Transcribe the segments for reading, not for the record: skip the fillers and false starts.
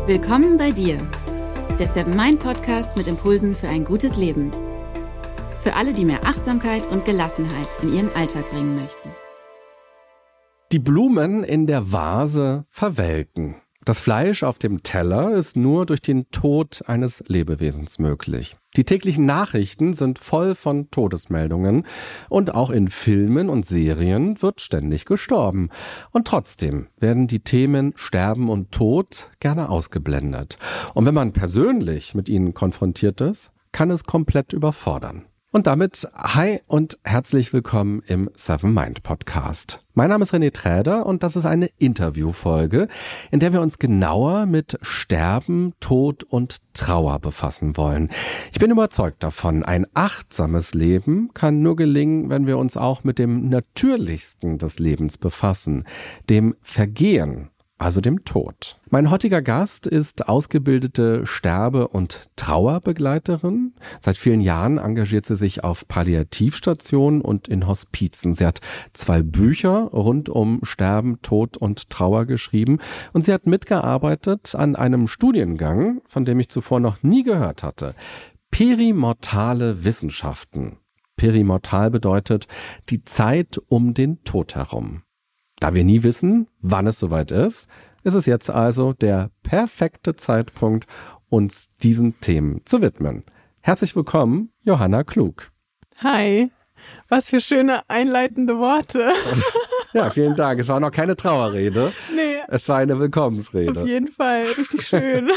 Willkommen bei dir, der Seven Mind Podcast mit Impulsen für ein gutes Leben. Für alle, die mehr Achtsamkeit und Gelassenheit in ihren Alltag bringen möchten. Die Blumen in der Vase verwelken. Das Fleisch auf dem Teller ist nur durch den Tod eines Lebewesens möglich. Die täglichen Nachrichten sind voll von Todesmeldungen und auch in Filmen und Serien wird ständig gestorben. Und trotzdem werden die Themen Sterben und Tod gerne ausgeblendet. Und wenn man persönlich mit ihnen konfrontiert ist, kann es komplett überfordern. Und damit hi und herzlich willkommen im Seven Mind Podcast. Mein Name ist René Träder und das ist eine Interviewfolge, in der wir uns genauer mit Sterben, Tod und Trauer befassen wollen. Ich bin überzeugt davon, ein achtsames Leben kann nur gelingen, wenn wir uns auch mit dem Natürlichsten des Lebens befassen, dem Vergehen. Also dem Tod. Mein heutiger Gast ist ausgebildete Sterbe- und Trauerbegleiterin. Seit vielen Jahren engagiert sie sich auf Palliativstationen und in Hospizen. Sie hat 2 Bücher rund um Sterben, Tod und Trauer geschrieben und sie hat mitgearbeitet an einem Studiengang, von dem ich zuvor noch nie gehört hatte. Perimortale Wissenschaften. Perimortal bedeutet die Zeit um den Tod herum. Da wir nie wissen, wann es soweit ist, ist es jetzt also der perfekte Zeitpunkt, uns diesen Themen zu widmen. Herzlich willkommen, Johanna Klug. Hi, was für schöne einleitende Worte. Ja, vielen Dank. Es war noch keine Trauerrede. Nee. Es war eine Willkommensrede. Auf jeden Fall, richtig schön.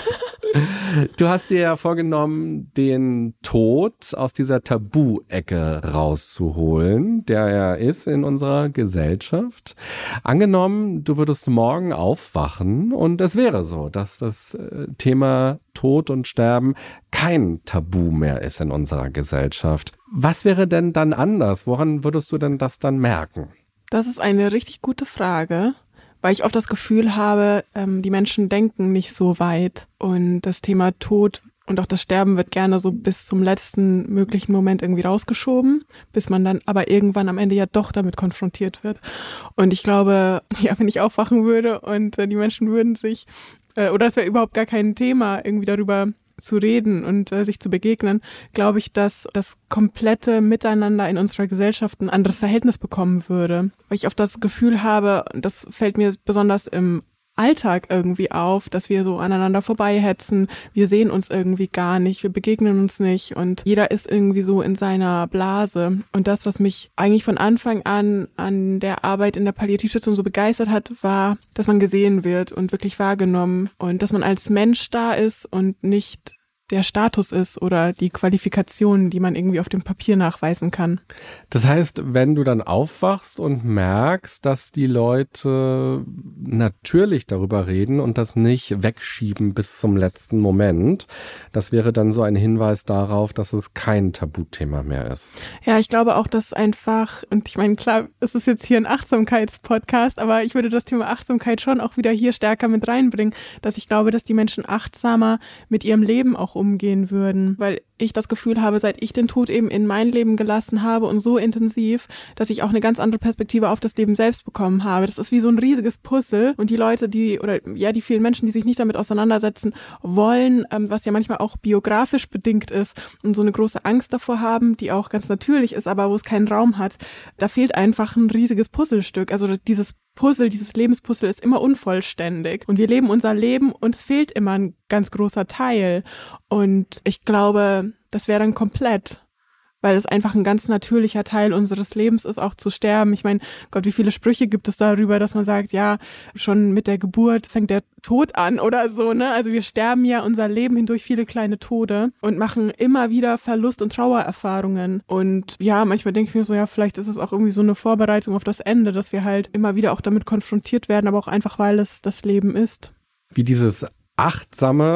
Du hast dir ja vorgenommen, den Tod aus dieser Tabu-Ecke rauszuholen, der er ist in unserer Gesellschaft. Angenommen, du würdest morgen aufwachen und es wäre so, dass das Thema Tod und Sterben kein Tabu mehr ist in unserer Gesellschaft. Was wäre denn dann anders? Woran würdest du denn das dann merken? Das ist eine richtig gute Frage, weil ich oft das Gefühl habe, die Menschen denken nicht so weit und das Thema Tod und auch das Sterben wird gerne so bis zum letzten möglichen Moment irgendwie rausgeschoben, bis man dann aber irgendwann am Ende ja doch damit konfrontiert wird. Und ich glaube, ja, wenn ich aufwachen würde und die Menschen würden sich, oder es wäre überhaupt gar kein Thema, irgendwie darüber zu reden und sich zu begegnen, glaube ich, dass das komplette Miteinander in unserer Gesellschaft ein anderes Verhältnis bekommen würde. Weil ich oft das Gefühl habe, das fällt mir besonders im Alltag irgendwie auf, dass wir so aneinander vorbeihetzen, wir sehen uns irgendwie gar nicht, wir begegnen uns nicht und jeder ist irgendwie so in seiner Blase. Und das, was mich eigentlich von Anfang an der Arbeit in der Palliativstation so begeistert hat, war, dass man gesehen wird und wirklich wahrgenommen und dass man als Mensch da ist und nicht der Status ist oder die Qualifikationen, die man irgendwie auf dem Papier nachweisen kann. Das heißt, wenn du dann aufwachst und merkst, dass die Leute natürlich darüber reden und das nicht wegschieben bis zum letzten Moment, das wäre dann so ein Hinweis darauf, dass es kein Tabuthema mehr ist. Ja, ich glaube auch, dass einfach, und ich meine, klar, es ist jetzt hier ein Achtsamkeitspodcast, aber ich würde das Thema Achtsamkeit schon auch wieder hier stärker mit reinbringen, dass ich glaube, dass die Menschen achtsamer mit ihrem Leben auch umgehen würden, weil ich das Gefühl habe, seit ich den Tod eben in mein Leben gelassen habe und so intensiv, dass ich auch eine ganz andere Perspektive auf das Leben selbst bekommen habe. Das ist wie so ein riesiges Puzzle und die Leute, die vielen Menschen, die sich nicht damit auseinandersetzen wollen, was ja manchmal auch biografisch bedingt ist und so eine große Angst davor haben, die auch ganz natürlich ist, aber wo es keinen Raum hat, da fehlt einfach ein riesiges Puzzlestück. Also dieses Lebenspuzzle ist immer unvollständig und wir leben unser Leben und es fehlt immer ein ganz großer Teil und ich glaube, das wäre dann komplett, weil es einfach ein ganz natürlicher Teil unseres Lebens ist, auch zu sterben. Ich meine, Gott, wie viele Sprüche gibt es darüber, dass man sagt, ja, schon mit der Geburt fängt der Tod an oder so, ne? Also wir sterben ja unser Leben hindurch viele kleine Tode und machen immer wieder Verlust- und Trauererfahrungen. Und ja, manchmal denke ich mir so, ja, vielleicht ist es auch irgendwie so eine Vorbereitung auf das Ende, dass wir halt immer wieder auch damit konfrontiert werden, aber auch einfach, weil es das Leben ist. Wie dieses Achtsame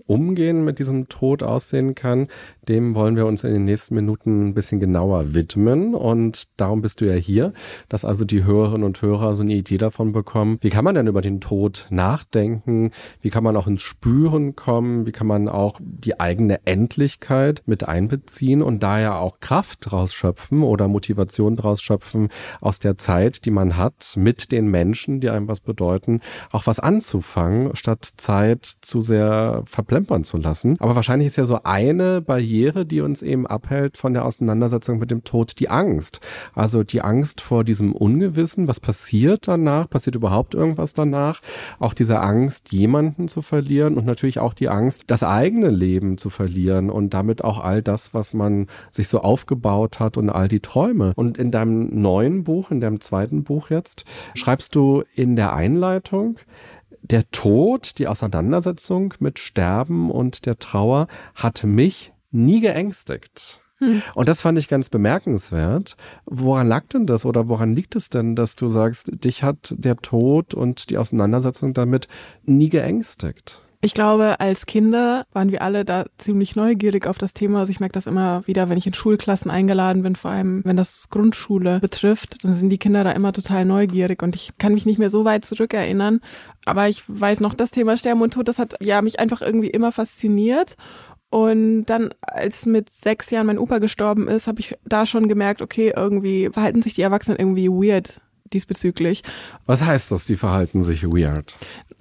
Umgehen mit diesem Tod aussehen kann, dem wollen wir uns in den nächsten Minuten ein bisschen genauer widmen. Und darum bist du ja hier, dass also die Hörerinnen und Hörer so eine Idee davon bekommen, wie kann man denn über den Tod nachdenken, wie kann man auch ins Spüren kommen, wie kann man auch die eigene Endlichkeit mit einbeziehen und daher auch Kraft draus schöpfen oder Motivation draus schöpfen, aus der Zeit, die man hat, mit den Menschen, die einem was bedeuten, auch was anzufangen, statt Zeit zu sehr verplempern zu lassen. Aber wahrscheinlich ist ja so eine Barriere, die uns eben abhält von der Auseinandersetzung mit dem Tod, die Angst. Also die Angst vor diesem Ungewissen, was passiert danach, passiert überhaupt irgendwas danach, auch diese Angst, jemanden zu verlieren und natürlich auch die Angst, das eigene Leben zu verlieren und damit auch all das, was man sich so aufgebaut hat und all die Träume. Und in deinem neuen Buch, in deinem zweiten Buch jetzt, schreibst du in der Einleitung: Der Tod, die Auseinandersetzung mit Sterben und der Trauer hat mich nie geängstigt. Und das fand ich ganz bemerkenswert. Woran lag denn das oder woran liegt es denn, dass du sagst, dich hat der Tod und die Auseinandersetzung damit nie geängstigt? Ich glaube, als Kinder waren wir alle da ziemlich neugierig auf das Thema. Also ich merke das immer wieder, wenn ich in Schulklassen eingeladen bin, vor allem wenn das Grundschule betrifft, dann sind die Kinder da immer total neugierig und ich kann mich nicht mehr so weit zurückerinnern. Aber ich weiß noch, das Thema Sterben und Tod, das hat ja mich einfach irgendwie immer fasziniert. Und dann, als mit 6 Jahren mein Opa gestorben ist, habe ich da schon gemerkt, okay, irgendwie verhalten sich die Erwachsenen irgendwie weird diesbezüglich. Was heißt das, die verhalten sich weird?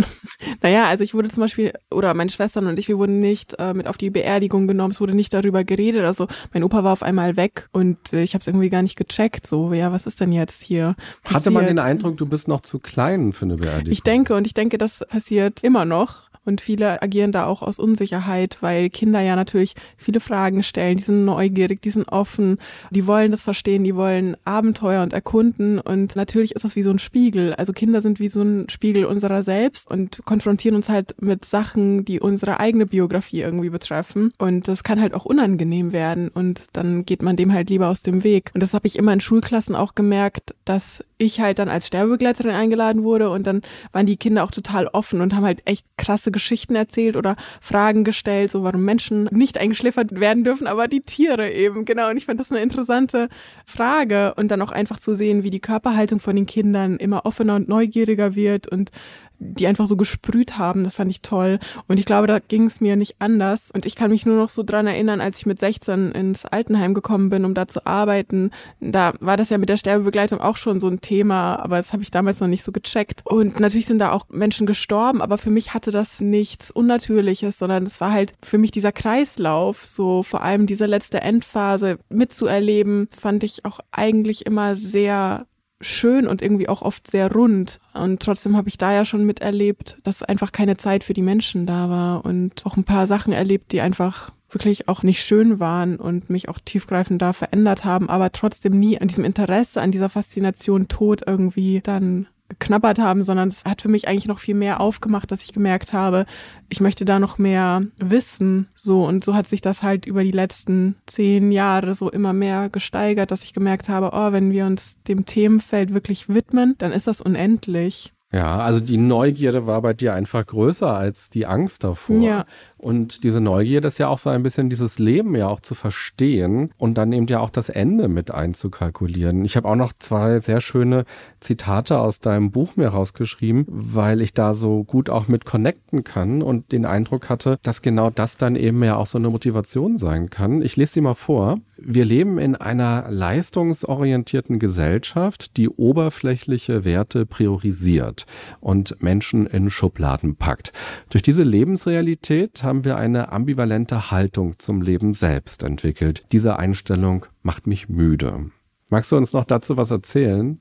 Naja, also ich wurde zum Beispiel, oder meine Schwestern und ich, wir wurden nicht mit auf die Beerdigung genommen, es wurde nicht darüber geredet, also mein Opa war auf einmal weg und ich habe es irgendwie gar nicht gecheckt, so, ja, was ist denn jetzt hier passiert? Hatte man den Eindruck, du bist noch zu klein für eine Beerdigung? Ich denke, das passiert immer noch. Und viele agieren da auch aus Unsicherheit, weil Kinder ja natürlich viele Fragen stellen. Die sind neugierig, die sind offen, die wollen das verstehen, die wollen Abenteuer und erkunden. Und natürlich ist das wie so ein Spiegel. Also Kinder sind wie so ein Spiegel unserer selbst und konfrontieren uns halt mit Sachen, die unsere eigene Biografie irgendwie betreffen. Und das kann halt auch unangenehm werden. Und dann geht man dem halt lieber aus dem Weg. Und das habe ich immer in Schulklassen auch gemerkt, dass ich halt dann als Sterbebegleiterin eingeladen wurde. Und dann waren die Kinder auch total offen und haben halt echt krasse Geschichten erzählt oder Fragen gestellt, so warum Menschen nicht eingeschläfert werden dürfen, aber die Tiere eben, genau. Und ich fand das eine interessante Frage und dann auch einfach zu sehen, wie die Körperhaltung von den Kindern immer offener und neugieriger wird und die einfach so gesprüht haben, das fand ich toll. Und ich glaube, da ging es mir nicht anders. Und ich kann mich nur noch so dran erinnern, als ich mit 16 ins Altenheim gekommen bin, um da zu arbeiten. Da war das ja mit der Sterbebegleitung auch schon so ein Thema, aber das habe ich damals noch nicht so gecheckt. Und natürlich sind da auch Menschen gestorben, aber für mich hatte das nichts Unnatürliches, sondern es war halt für mich dieser Kreislauf, so vor allem diese letzte Endphase mitzuerleben, fand ich auch eigentlich immer sehr schön und irgendwie auch oft sehr rund. Und trotzdem habe ich da ja schon miterlebt, dass einfach keine Zeit für die Menschen da war und auch ein paar Sachen erlebt, die einfach wirklich auch nicht schön waren und mich auch tiefgreifend da verändert haben, aber trotzdem nie an diesem Interesse, an dieser Faszination Tod irgendwie dann geknabbert haben, sondern es hat für mich eigentlich noch viel mehr aufgemacht, dass ich gemerkt habe, ich möchte da noch mehr wissen, so, und so hat sich das halt über die letzten 10 Jahre so immer mehr gesteigert, dass ich gemerkt habe, oh, wenn wir uns dem Themenfeld wirklich widmen, dann ist das unendlich. Ja, also die Neugierde war bei dir einfach größer als die Angst davor. Ja. Und diese Neugierde ist ja auch so ein bisschen dieses Leben ja auch zu verstehen und dann eben ja auch das Ende mit einzukalkulieren. Ich habe auch noch 2 sehr schöne Zitate aus deinem Buch mir rausgeschrieben, weil ich da so gut auch mit connecten kann und den Eindruck hatte, dass genau das dann eben ja auch so eine Motivation sein kann. Ich lese sie mal vor. Wir leben in einer leistungsorientierten Gesellschaft, die oberflächliche Werte priorisiert und Menschen in Schubladen packt. Durch diese Lebensrealität haben wir eine ambivalente Haltung zum Leben selbst entwickelt. Diese Einstellung macht mich müde. Magst du uns noch dazu was erzählen?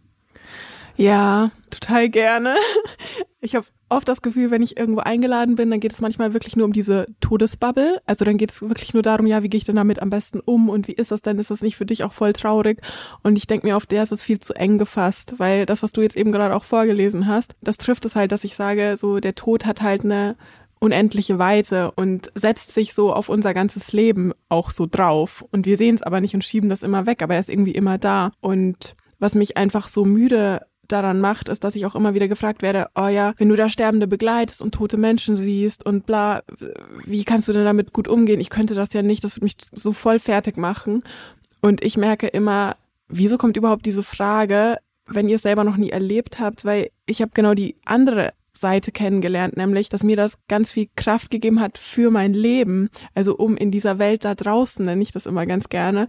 Ja, total gerne. Ich habe oft das Gefühl, wenn ich irgendwo eingeladen bin, dann geht es manchmal wirklich nur um diese Todesbubble. Also dann geht es wirklich nur darum, ja, wie gehe ich denn damit am besten um und wie ist das denn? Ist das nicht für dich auch voll traurig? Und ich denke mir oft, der ist es viel zu eng gefasst, weil das, was du jetzt eben gerade auch vorgelesen hast, das trifft es halt, dass ich sage, so der Tod hat halt eine unendliche Weite und setzt sich so auf unser ganzes Leben auch so drauf. Und wir sehen es aber nicht und schieben das immer weg, aber er ist irgendwie immer da. Und was mich einfach so müde daran macht, ist, dass ich auch immer wieder gefragt werde, oh ja, wenn du da Sterbende begleitest und tote Menschen siehst und bla, wie kannst du denn damit gut umgehen? Ich könnte das ja nicht, das würde mich so voll fertig machen. Und ich merke immer, wieso kommt überhaupt diese Frage, wenn ihr es selber noch nie erlebt habt, weil ich habe genau die andere Seite kennengelernt, nämlich, dass mir das ganz viel Kraft gegeben hat für mein Leben, also um in dieser Welt da draußen, nenne ich das immer ganz gerne,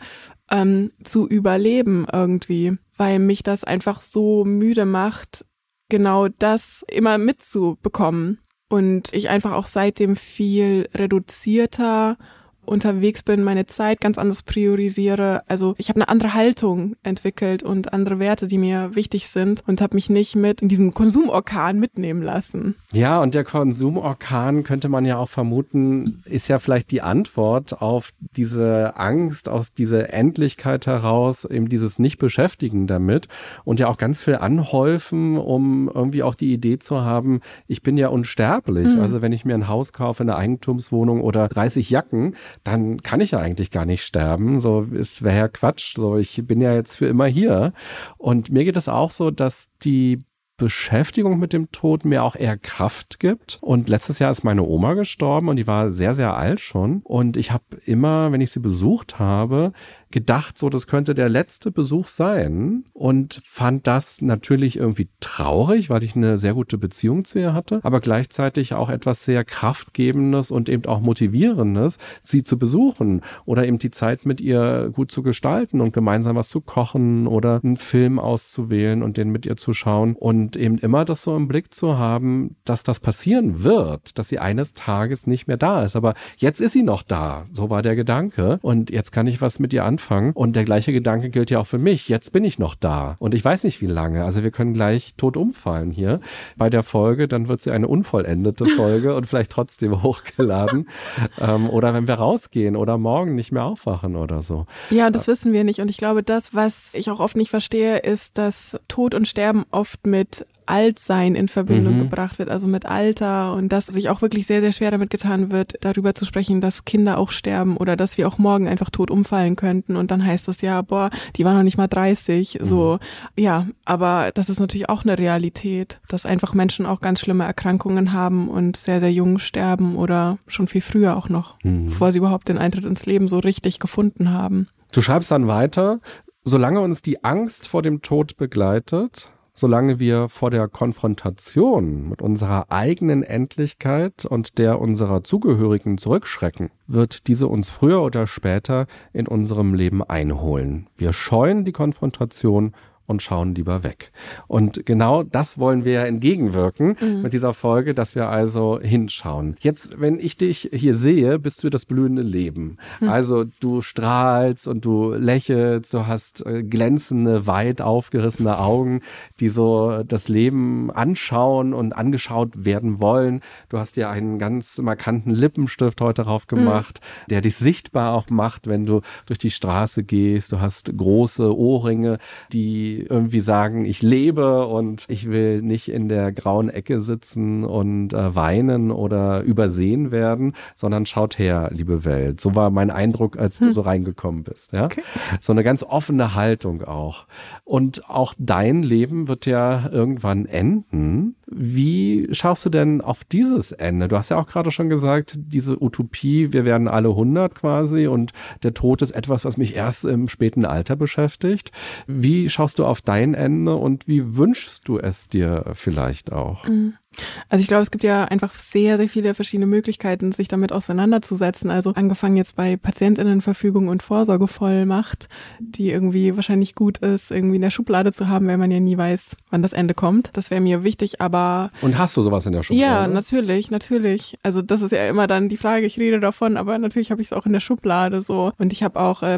zu überleben irgendwie, weil mich das einfach so müde macht, genau das immer mitzubekommen und ich einfach auch seitdem viel reduzierter unterwegs bin, meine Zeit ganz anders priorisiere. Also ich habe eine andere Haltung entwickelt und andere Werte, die mir wichtig sind und habe mich nicht mit in diesem Konsumorkan mitnehmen lassen. Ja, und der Konsumorkan, könnte man ja auch vermuten, ist ja vielleicht die Antwort auf diese Angst, aus dieser Endlichkeit heraus, eben dieses Nicht-Beschäftigen damit und ja auch ganz viel anhäufen, um irgendwie auch die Idee zu haben, ich bin ja unsterblich. Also wenn ich mir ein Haus kaufe, eine Eigentumswohnung oder 30 Jacken, dann kann ich ja eigentlich gar nicht sterben. So, es wäre ja Quatsch. So, ich bin ja jetzt für immer hier. Und mir geht es auch so, dass die Beschäftigung mit dem Tod mir auch eher Kraft gibt. Und letztes Jahr ist meine Oma gestorben und die war sehr, sehr alt schon. Und ich habe immer, wenn ich sie besucht habe, gedacht, so, das könnte der letzte Besuch sein und fand das natürlich irgendwie traurig, weil ich eine sehr gute Beziehung zu ihr hatte, aber gleichzeitig auch etwas sehr Kraftgebendes und eben auch Motivierendes, sie zu besuchen oder eben die Zeit mit ihr gut zu gestalten und gemeinsam was zu kochen oder einen Film auszuwählen und den mit ihr zu schauen und eben immer das so im Blick zu haben, dass das passieren wird, dass sie eines Tages nicht mehr da ist, aber jetzt ist sie noch da, so war der Gedanke und jetzt kann ich was mit ihr anfangen und der gleiche Gedanke gilt ja auch für mich, jetzt bin ich noch da und ich weiß nicht wie lange, also wir können gleich tot umfallen hier bei der Folge, dann wird sie eine unvollendete Folge und vielleicht trotzdem hochgeladen oder wenn wir rausgehen oder morgen nicht mehr aufwachen oder so. Ja, das wissen wir nicht und ich glaube, das, was ich auch oft nicht verstehe, ist, dass Tod und Sterben oft mit Altsein in Verbindung gebracht wird, also mit Alter und dass sich auch wirklich sehr, sehr schwer damit getan wird, darüber zu sprechen, dass Kinder auch sterben oder dass wir auch morgen einfach tot umfallen könnten und dann heißt das ja, boah, die war noch nicht mal 30, so, ja, aber das ist natürlich auch eine Realität, dass einfach Menschen auch ganz schlimme Erkrankungen haben und sehr, sehr jung sterben oder schon viel früher auch noch, bevor sie überhaupt den Eintritt ins Leben so richtig gefunden haben. Du schreibst dann weiter, solange uns die Angst vor dem Tod begleitet, solange wir vor der Konfrontation mit unserer eigenen Endlichkeit und der unserer Zugehörigen zurückschrecken, wird diese uns früher oder später in unserem Leben einholen. Wir scheuen die Konfrontation und schauen lieber weg. Und genau das wollen wir ja entgegenwirken mit dieser Folge, dass wir also hinschauen. Jetzt, wenn ich dich hier sehe, bist du das blühende Leben. Also du strahlst und du lächelst, du hast glänzende, weit aufgerissene Augen, die so das Leben anschauen und angeschaut werden wollen. Du hast dir einen ganz markanten Lippenstift heute drauf gemacht, der dich sichtbar auch macht, wenn du durch die Straße gehst. Du hast große Ohrringe, die irgendwie sagen, ich lebe und ich will nicht in der grauen Ecke sitzen und weinen oder übersehen werden, sondern schaut her, liebe Welt. So war mein Eindruck, als du so reingekommen bist. Ja? Okay. So eine ganz offene Haltung auch. Und auch dein Leben wird ja irgendwann enden. Wie schaust du denn auf dieses Ende? Du hast ja auch gerade schon gesagt, diese Utopie, wir werden alle 100 quasi und der Tod ist etwas, was mich erst im späten Alter beschäftigt. Wie schaust du auf dein Ende und wie wünschst du es dir vielleicht auch? Also ich glaube, es gibt ja einfach sehr, sehr viele verschiedene Möglichkeiten, sich damit auseinanderzusetzen. Also angefangen jetzt bei PatientInnenverfügung und Vorsorgevollmacht, die irgendwie wahrscheinlich gut ist, irgendwie in der Schublade zu haben, weil man ja nie weiß, wann das Ende kommt. Das wäre mir wichtig, aber... Und hast du sowas in der Schublade? Ja, natürlich. Also das ist ja immer dann die Frage, ich rede davon, aber natürlich habe ich es auch in der Schublade so. Und ich habe auch,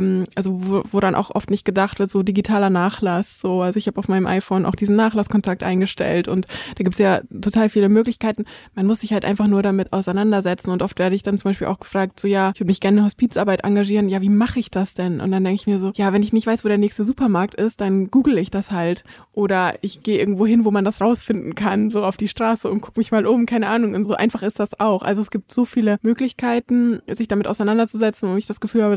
woran auch oft nicht gedacht wird, so digitaler Nachlass. So, also ich habe auf meinem iPhone auch diesen Nachlasskontakt eingestellt und da gibt's ja total viele Möglichkeiten. Man muss sich halt einfach nur damit auseinandersetzen und oft werde ich dann zum Beispiel auch gefragt, so ja, ich würde mich gerne in Hospizarbeit engagieren, ja, wie mache ich das denn? Und dann denke ich mir so, ja, wenn ich nicht weiß, wo der nächste Supermarkt ist, dann google ich das halt oder ich gehe irgendwo hin, wo man das rausfinden kann, so auf die Straße und gucke mich mal um, keine Ahnung, und so einfach ist das auch. Also es gibt so viele Möglichkeiten, sich damit auseinanderzusetzen, wo ich das Gefühl habe, das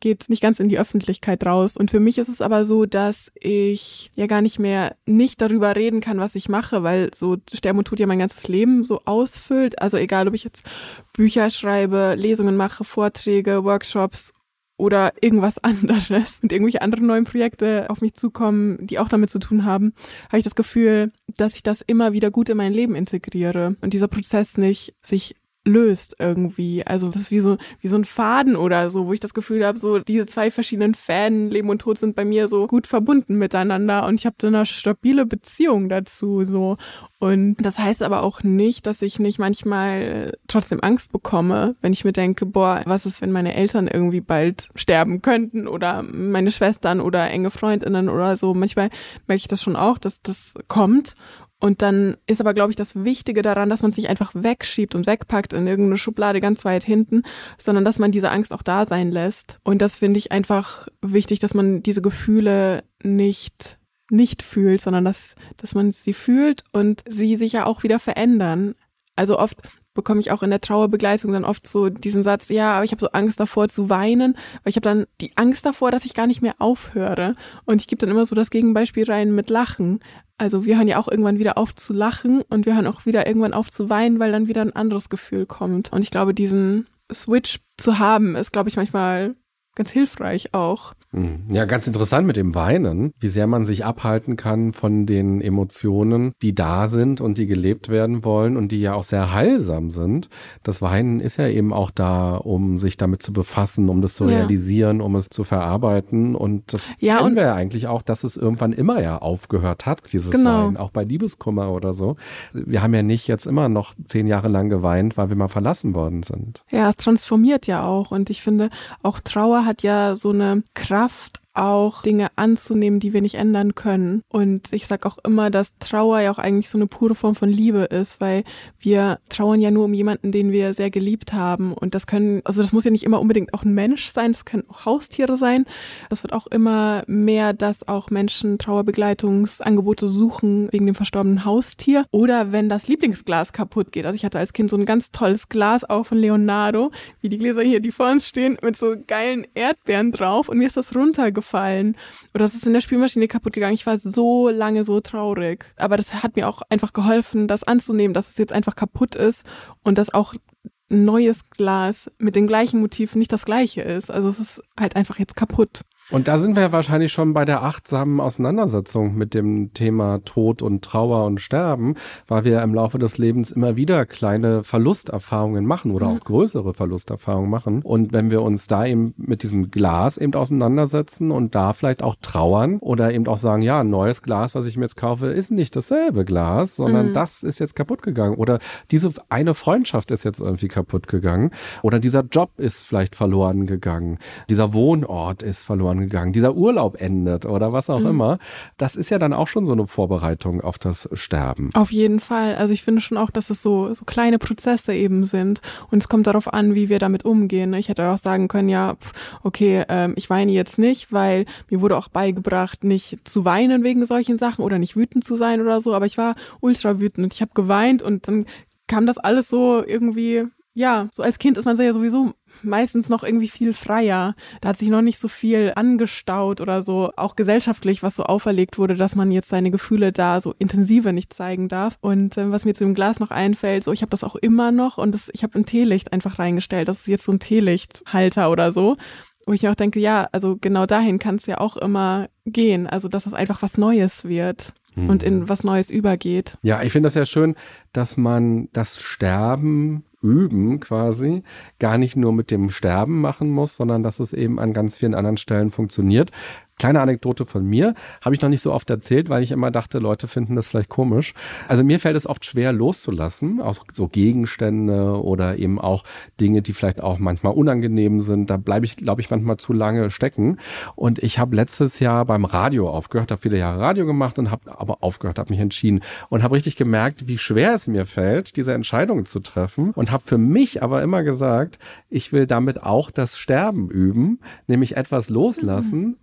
geht nicht ganz in die Öffentlichkeit raus. Und für mich ist es aber so, dass ich ja gar nicht mehr nicht darüber reden kann, was ich mache, weil so Sterben und Tod ja mein ganzes Leben so ausfüllt. Also egal, ob ich jetzt Bücher schreibe, Lesungen mache, Vorträge, Workshops oder irgendwas anderes und irgendwelche anderen neuen Projekte auf mich zukommen, die auch damit zu tun haben, habe ich das Gefühl, dass ich das immer wieder gut in mein Leben integriere und dieser Prozess nicht sich löst irgendwie. Also das ist wie so ein Faden oder so, wo ich das Gefühl habe, so diese zwei verschiedenen Fäden, Leben und Tod, sind bei mir so gut verbunden miteinander und ich habe eine stabile Beziehung dazu so. Und das heißt aber auch nicht, dass ich nicht manchmal trotzdem Angst bekomme, wenn ich mir denke, boah, was ist, wenn meine Eltern irgendwie bald sterben könnten oder meine Schwestern oder enge Freundinnen oder so. Manchmal merke ich das schon auch, dass das kommt. Und dann ist aber, glaube ich, das Wichtige daran, dass man es nicht einfach wegschiebt und wegpackt in irgendeine Schublade ganz weit hinten, sondern dass man diese Angst auch da sein lässt. Und das finde ich einfach wichtig, dass man diese Gefühle nicht fühlt, sondern dass man sie fühlt und sie sich ja auch wieder verändern. Also oft bekomme ich auch in der Trauerbegleitung dann oft so diesen Satz, ja, aber ich habe so Angst davor zu weinen, weil ich habe dann die Angst davor, dass ich gar nicht mehr aufhöre. Und ich gebe dann immer so das Gegenbeispiel rein mit Lachen. Also wir hören ja auch irgendwann wieder auf zu lachen und wir hören auch wieder irgendwann auf zu weinen, weil dann wieder ein anderes Gefühl kommt. Und ich glaube, diesen Switch zu haben, ist, glaube ich, manchmal ganz hilfreich auch. Ja, ganz interessant mit dem Weinen, wie sehr man sich abhalten kann von den Emotionen, die da sind und die gelebt werden wollen und die ja auch sehr heilsam sind. Das Weinen ist ja eben auch da, um sich damit zu befassen, um das zu realisieren, um es zu verarbeiten. Und das kennen wir ja eigentlich auch, dass es irgendwann immer ja aufgehört hat, dieses Weinen, auch bei Liebeskummer oder so. Wir haben ja nicht jetzt immer noch 10 Jahre lang geweint, weil wir mal verlassen worden sind. Ja, es transformiert ja auch und ich finde, auch Trauer hat ja so eine Kraft, auch Dinge anzunehmen, die wir nicht ändern können. Und ich sag auch immer, dass Trauer ja auch eigentlich so eine pure Form von Liebe ist, weil wir trauern ja nur um jemanden, den wir sehr geliebt haben. Und das muss ja nicht immer unbedingt auch ein Mensch sein, das können auch Haustiere sein. Das wird auch immer mehr, dass auch Menschen Trauerbegleitungsangebote suchen wegen dem verstorbenen Haustier. Oder wenn das Lieblingsglas kaputt geht. Also ich hatte als Kind so ein ganz tolles Glas auch von Leonardo, wie die Gläser hier, die vor uns stehen, mit so geilen Erdbeeren drauf und mir ist das runtergefallen. Oder es ist in der Spülmaschine kaputt gegangen. Ich war so lange so traurig. Aber das hat mir auch einfach geholfen, das anzunehmen, dass es jetzt einfach kaputt ist und dass auch ein neues Glas mit dem gleichen Motiv nicht das gleiche ist. Also es ist halt einfach jetzt kaputt. Und da sind wir wahrscheinlich schon bei der achtsamen Auseinandersetzung mit dem Thema Tod und Trauer und Sterben, weil wir im Laufe des Lebens immer wieder kleine Verlusterfahrungen machen oder auch größere Verlusterfahrungen machen. Und wenn wir uns da eben mit diesem Glas eben auseinandersetzen und da vielleicht auch trauern oder eben auch sagen, ja, ein neues Glas, was ich mir jetzt kaufe, ist nicht dasselbe Glas, sondern das ist jetzt kaputt gegangen oder diese eine Freundschaft ist jetzt irgendwie kaputt gegangen oder dieser Job ist vielleicht verloren gegangen, dieser Wohnort ist verloren gegangen, dieser Urlaub endet oder was auch immer. Das ist ja dann auch schon so eine Vorbereitung auf das Sterben. Auf jeden Fall. Also ich finde schon auch, dass es so kleine Prozesse eben sind und es kommt darauf an, wie wir damit umgehen. Ich hätte auch sagen können, ja, okay, ich weine jetzt nicht, weil mir wurde auch beigebracht, nicht zu weinen wegen solchen Sachen oder nicht wütend zu sein oder so, aber ich war ultra wütend und ich habe geweint und dann kam das alles so irgendwie, ja, so als Kind ist man so ja sowieso meistens noch irgendwie viel freier. Da hat sich noch nicht so viel angestaut oder so, auch gesellschaftlich, was so auferlegt wurde, dass man jetzt seine Gefühle da so intensiver nicht zeigen darf. Und was mir zu dem Glas noch einfällt, so ich habe das auch immer noch und ich habe ein Teelicht einfach reingestellt. Das ist jetzt so ein Teelichthalter oder so, wo ich mir auch denke, ja, also genau dahin kann es ja auch immer gehen. Also dass es einfach was Neues wird und in was Neues übergeht. Ja, ich finde das ja schön, dass man das Sterben üben quasi gar nicht nur mit dem Sterben machen muss, sondern dass es eben an ganz vielen anderen Stellen funktioniert. Kleine Anekdote von mir, habe ich noch nicht so oft erzählt, weil ich immer dachte, Leute finden das vielleicht komisch. Also mir fällt es oft schwer loszulassen, auch so Gegenstände oder eben auch Dinge, die vielleicht auch manchmal unangenehm sind. Da bleibe ich, glaube ich, manchmal zu lange stecken. Und ich habe letztes Jahr beim Radio aufgehört, habe viele Jahre Radio gemacht und habe aber aufgehört, habe mich entschieden und habe richtig gemerkt, wie schwer es mir fällt, diese Entscheidungen zu treffen und habe für mich aber immer gesagt, ich will damit auch das Sterben üben, nämlich etwas loslassen, was eigentlich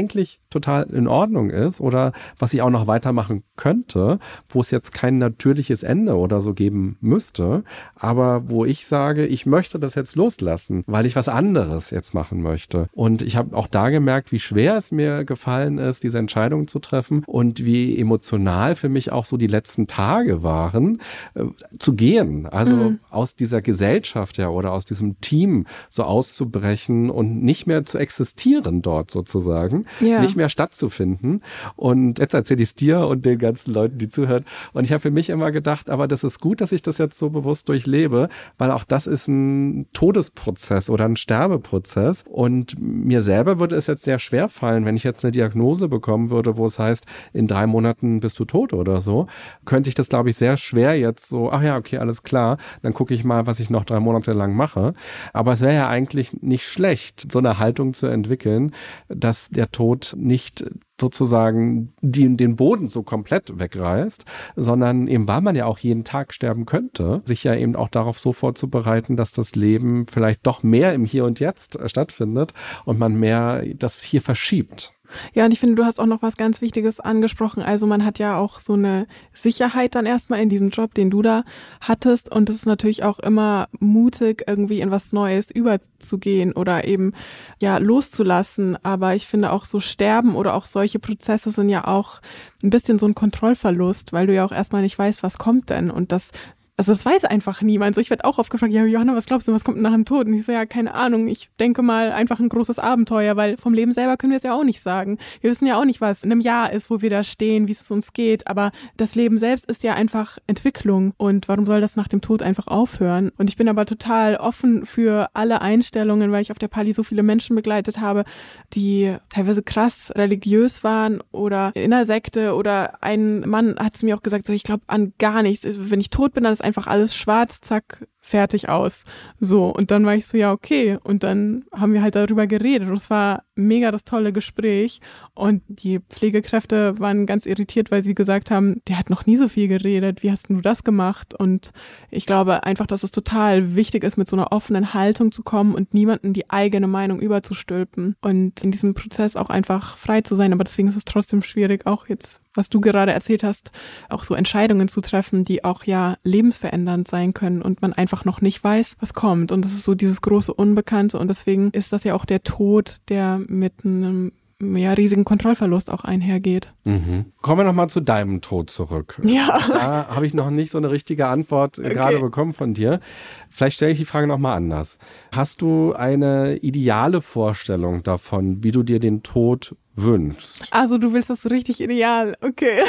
eigentlich total in Ordnung ist oder was ich auch noch weitermachen könnte, wo es jetzt kein natürliches Ende oder so geben müsste, aber wo ich sage, ich möchte das jetzt loslassen, weil ich was anderes jetzt machen möchte. Und ich habe auch da gemerkt, wie schwer es mir gefallen ist, diese Entscheidung zu treffen und wie emotional für mich auch so die letzten Tage waren, zu gehen. Also aus dieser Gesellschaft oder aus diesem Team so auszubrechen und nicht mehr zu existieren dort sozusagen, nicht mehr stattzufinden. Und jetzt erzähle ich es dir und den ganzen Leuten, die zuhören. Und ich habe für mich immer gedacht, aber das ist gut, dass ich das jetzt so bewusst durchlebe, weil auch das ist ein Todesprozess oder ein Sterbeprozess. Und mir selber würde es jetzt sehr schwer fallen, wenn ich jetzt eine Diagnose bekommen würde, wo es heißt, in 3 Monaten bist du tot oder so, könnte ich das, glaube ich, sehr schwer jetzt so, ach ja, okay, alles klar, dann gucke ich mal, was ich noch 3 Monate lang mache. Aber es wäre ja eigentlich nicht schlecht, so eine Haltung zu entwickeln, dass der Tod nicht sozusagen den Boden so komplett wegreißt, sondern eben, weil man ja auch jeden Tag sterben könnte, sich ja eben auch darauf so vorzubereiten, dass das Leben vielleicht doch mehr im Hier und Jetzt stattfindet und man mehr das hier verschiebt. Ja, und ich finde, du hast auch noch was ganz Wichtiges angesprochen. Also man hat ja auch so eine Sicherheit dann erstmal in diesem Job, den du da hattest. Und es ist natürlich auch immer mutig, irgendwie in was Neues überzugehen oder eben ja loszulassen. Aber ich finde auch so Sterben oder auch solche Prozesse sind ja auch ein bisschen so ein Kontrollverlust, weil du ja auch erstmal nicht weißt, was kommt denn. Und das weiß einfach niemand. So, ich werde auch oft gefragt, ja, Johanna, was glaubst du, was kommt nach dem Tod? Und ich so, ja, keine Ahnung. Ich denke mal einfach ein großes Abenteuer, weil vom Leben selber können wir es ja auch nicht sagen. Wir wissen ja auch nicht, was in einem Jahr ist, wo wir da stehen, wie es uns geht. Aber das Leben selbst ist ja einfach Entwicklung. Und warum soll das nach dem Tod einfach aufhören? Und ich bin aber total offen für alle Einstellungen, weil ich auf der Pali so viele Menschen begleitet habe, die teilweise krass religiös waren oder in einer Sekte. Oder ein Mann hat zu mir auch gesagt, so, ich glaube an gar nichts. Wenn ich tot bin, dann ist einfach alles schwarz, zack, fertig aus. So, und dann war ich so, ja, okay. Und dann haben wir halt darüber geredet und es war mega das tolle Gespräch und die Pflegekräfte waren ganz irritiert, weil sie gesagt haben, der hat noch nie so viel geredet, wie hast du das gemacht? Und ich glaube einfach, dass es total wichtig ist, mit so einer offenen Haltung zu kommen und niemanden die eigene Meinung überzustülpen und in diesem Prozess auch einfach frei zu sein. Aber deswegen ist es trotzdem schwierig, auch jetzt, was du gerade erzählt hast, auch so Entscheidungen zu treffen, die auch ja lebensverändernd sein können und man einfach noch nicht weiß, was kommt. Und das ist so dieses große Unbekannte und deswegen ist das ja auch der Tod, der mit einem riesigen Kontrollverlust auch einhergeht. Kommen wir nochmal zu deinem Tod zurück. Ja. Da habe ich noch nicht so eine richtige Antwort gerade bekommen von dir. Vielleicht stelle ich die Frage nochmal anders. Hast du eine ideale Vorstellung davon, wie du dir den Tod wünschst? Also du willst das so richtig ideal. Okay.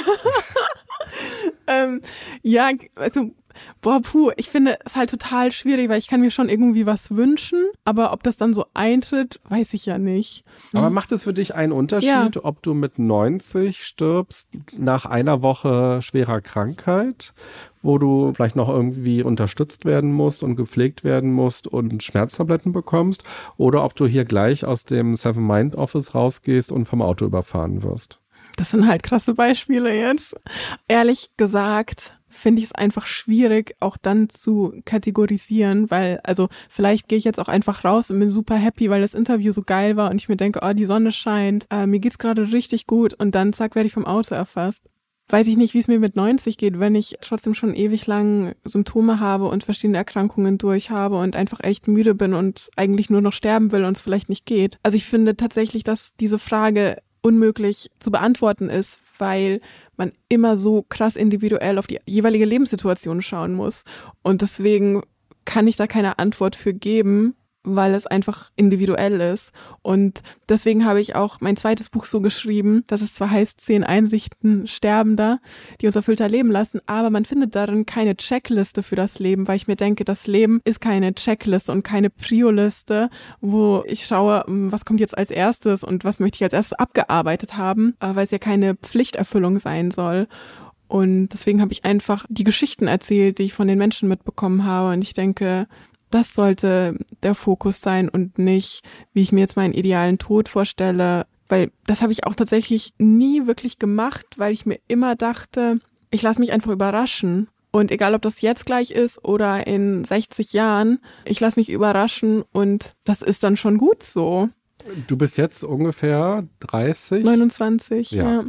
Ja, also ich finde es halt total schwierig, weil ich kann mir schon irgendwie was wünschen, aber ob das dann so eintritt, weiß ich ja nicht. Aber macht es für dich einen Unterschied, ob du mit 90 stirbst nach einer Woche schwerer Krankheit, wo du vielleicht noch irgendwie unterstützt werden musst und gepflegt werden musst und Schmerztabletten bekommst, oder ob du hier gleich aus dem Seven Mind Office rausgehst und vom Auto überfahren wirst? Das sind halt krasse Beispiele jetzt. Ehrlich gesagt finde ich es einfach schwierig, auch dann zu kategorisieren, weil, also vielleicht gehe ich jetzt auch einfach raus und bin super happy, weil das Interview so geil war und ich mir denke, oh, die Sonne scheint, mir geht's gerade richtig gut und dann zack, werde ich vom Auto erfasst. Weiß ich nicht, wie es mir mit 90 geht, wenn ich trotzdem schon ewig lang Symptome habe und verschiedene Erkrankungen durch habe und einfach echt müde bin und eigentlich nur noch sterben will und es vielleicht nicht geht. Also ich finde tatsächlich, dass diese Frage unmöglich zu beantworten ist, weil man immer so krass individuell auf die jeweilige Lebenssituation schauen muss. Und deswegen kann ich da keine Antwort für geben, weil es einfach individuell ist. Und deswegen habe ich auch mein zweites Buch so geschrieben, dass es zwar heißt 10 Einsichten Sterbender, die uns erfüllter leben lassen, aber man findet darin keine Checkliste für das Leben, weil ich mir denke, das Leben ist keine Checkliste und keine Prio-Liste, wo ich schaue, was kommt jetzt als erstes und was möchte ich als erstes abgearbeitet haben, weil es ja keine Pflichterfüllung sein soll. Und deswegen habe ich einfach die Geschichten erzählt, die ich von den Menschen mitbekommen habe. Und ich denke, das sollte der Fokus sein und nicht, wie ich mir jetzt meinen idealen Tod vorstelle, weil das habe ich auch tatsächlich nie wirklich gemacht, weil ich mir immer dachte, ich lasse mich einfach überraschen. Und egal, ob das jetzt gleich ist oder in 60 Jahren, ich lasse mich überraschen und das ist dann schon gut so. Du bist jetzt ungefähr 30? 29, ja.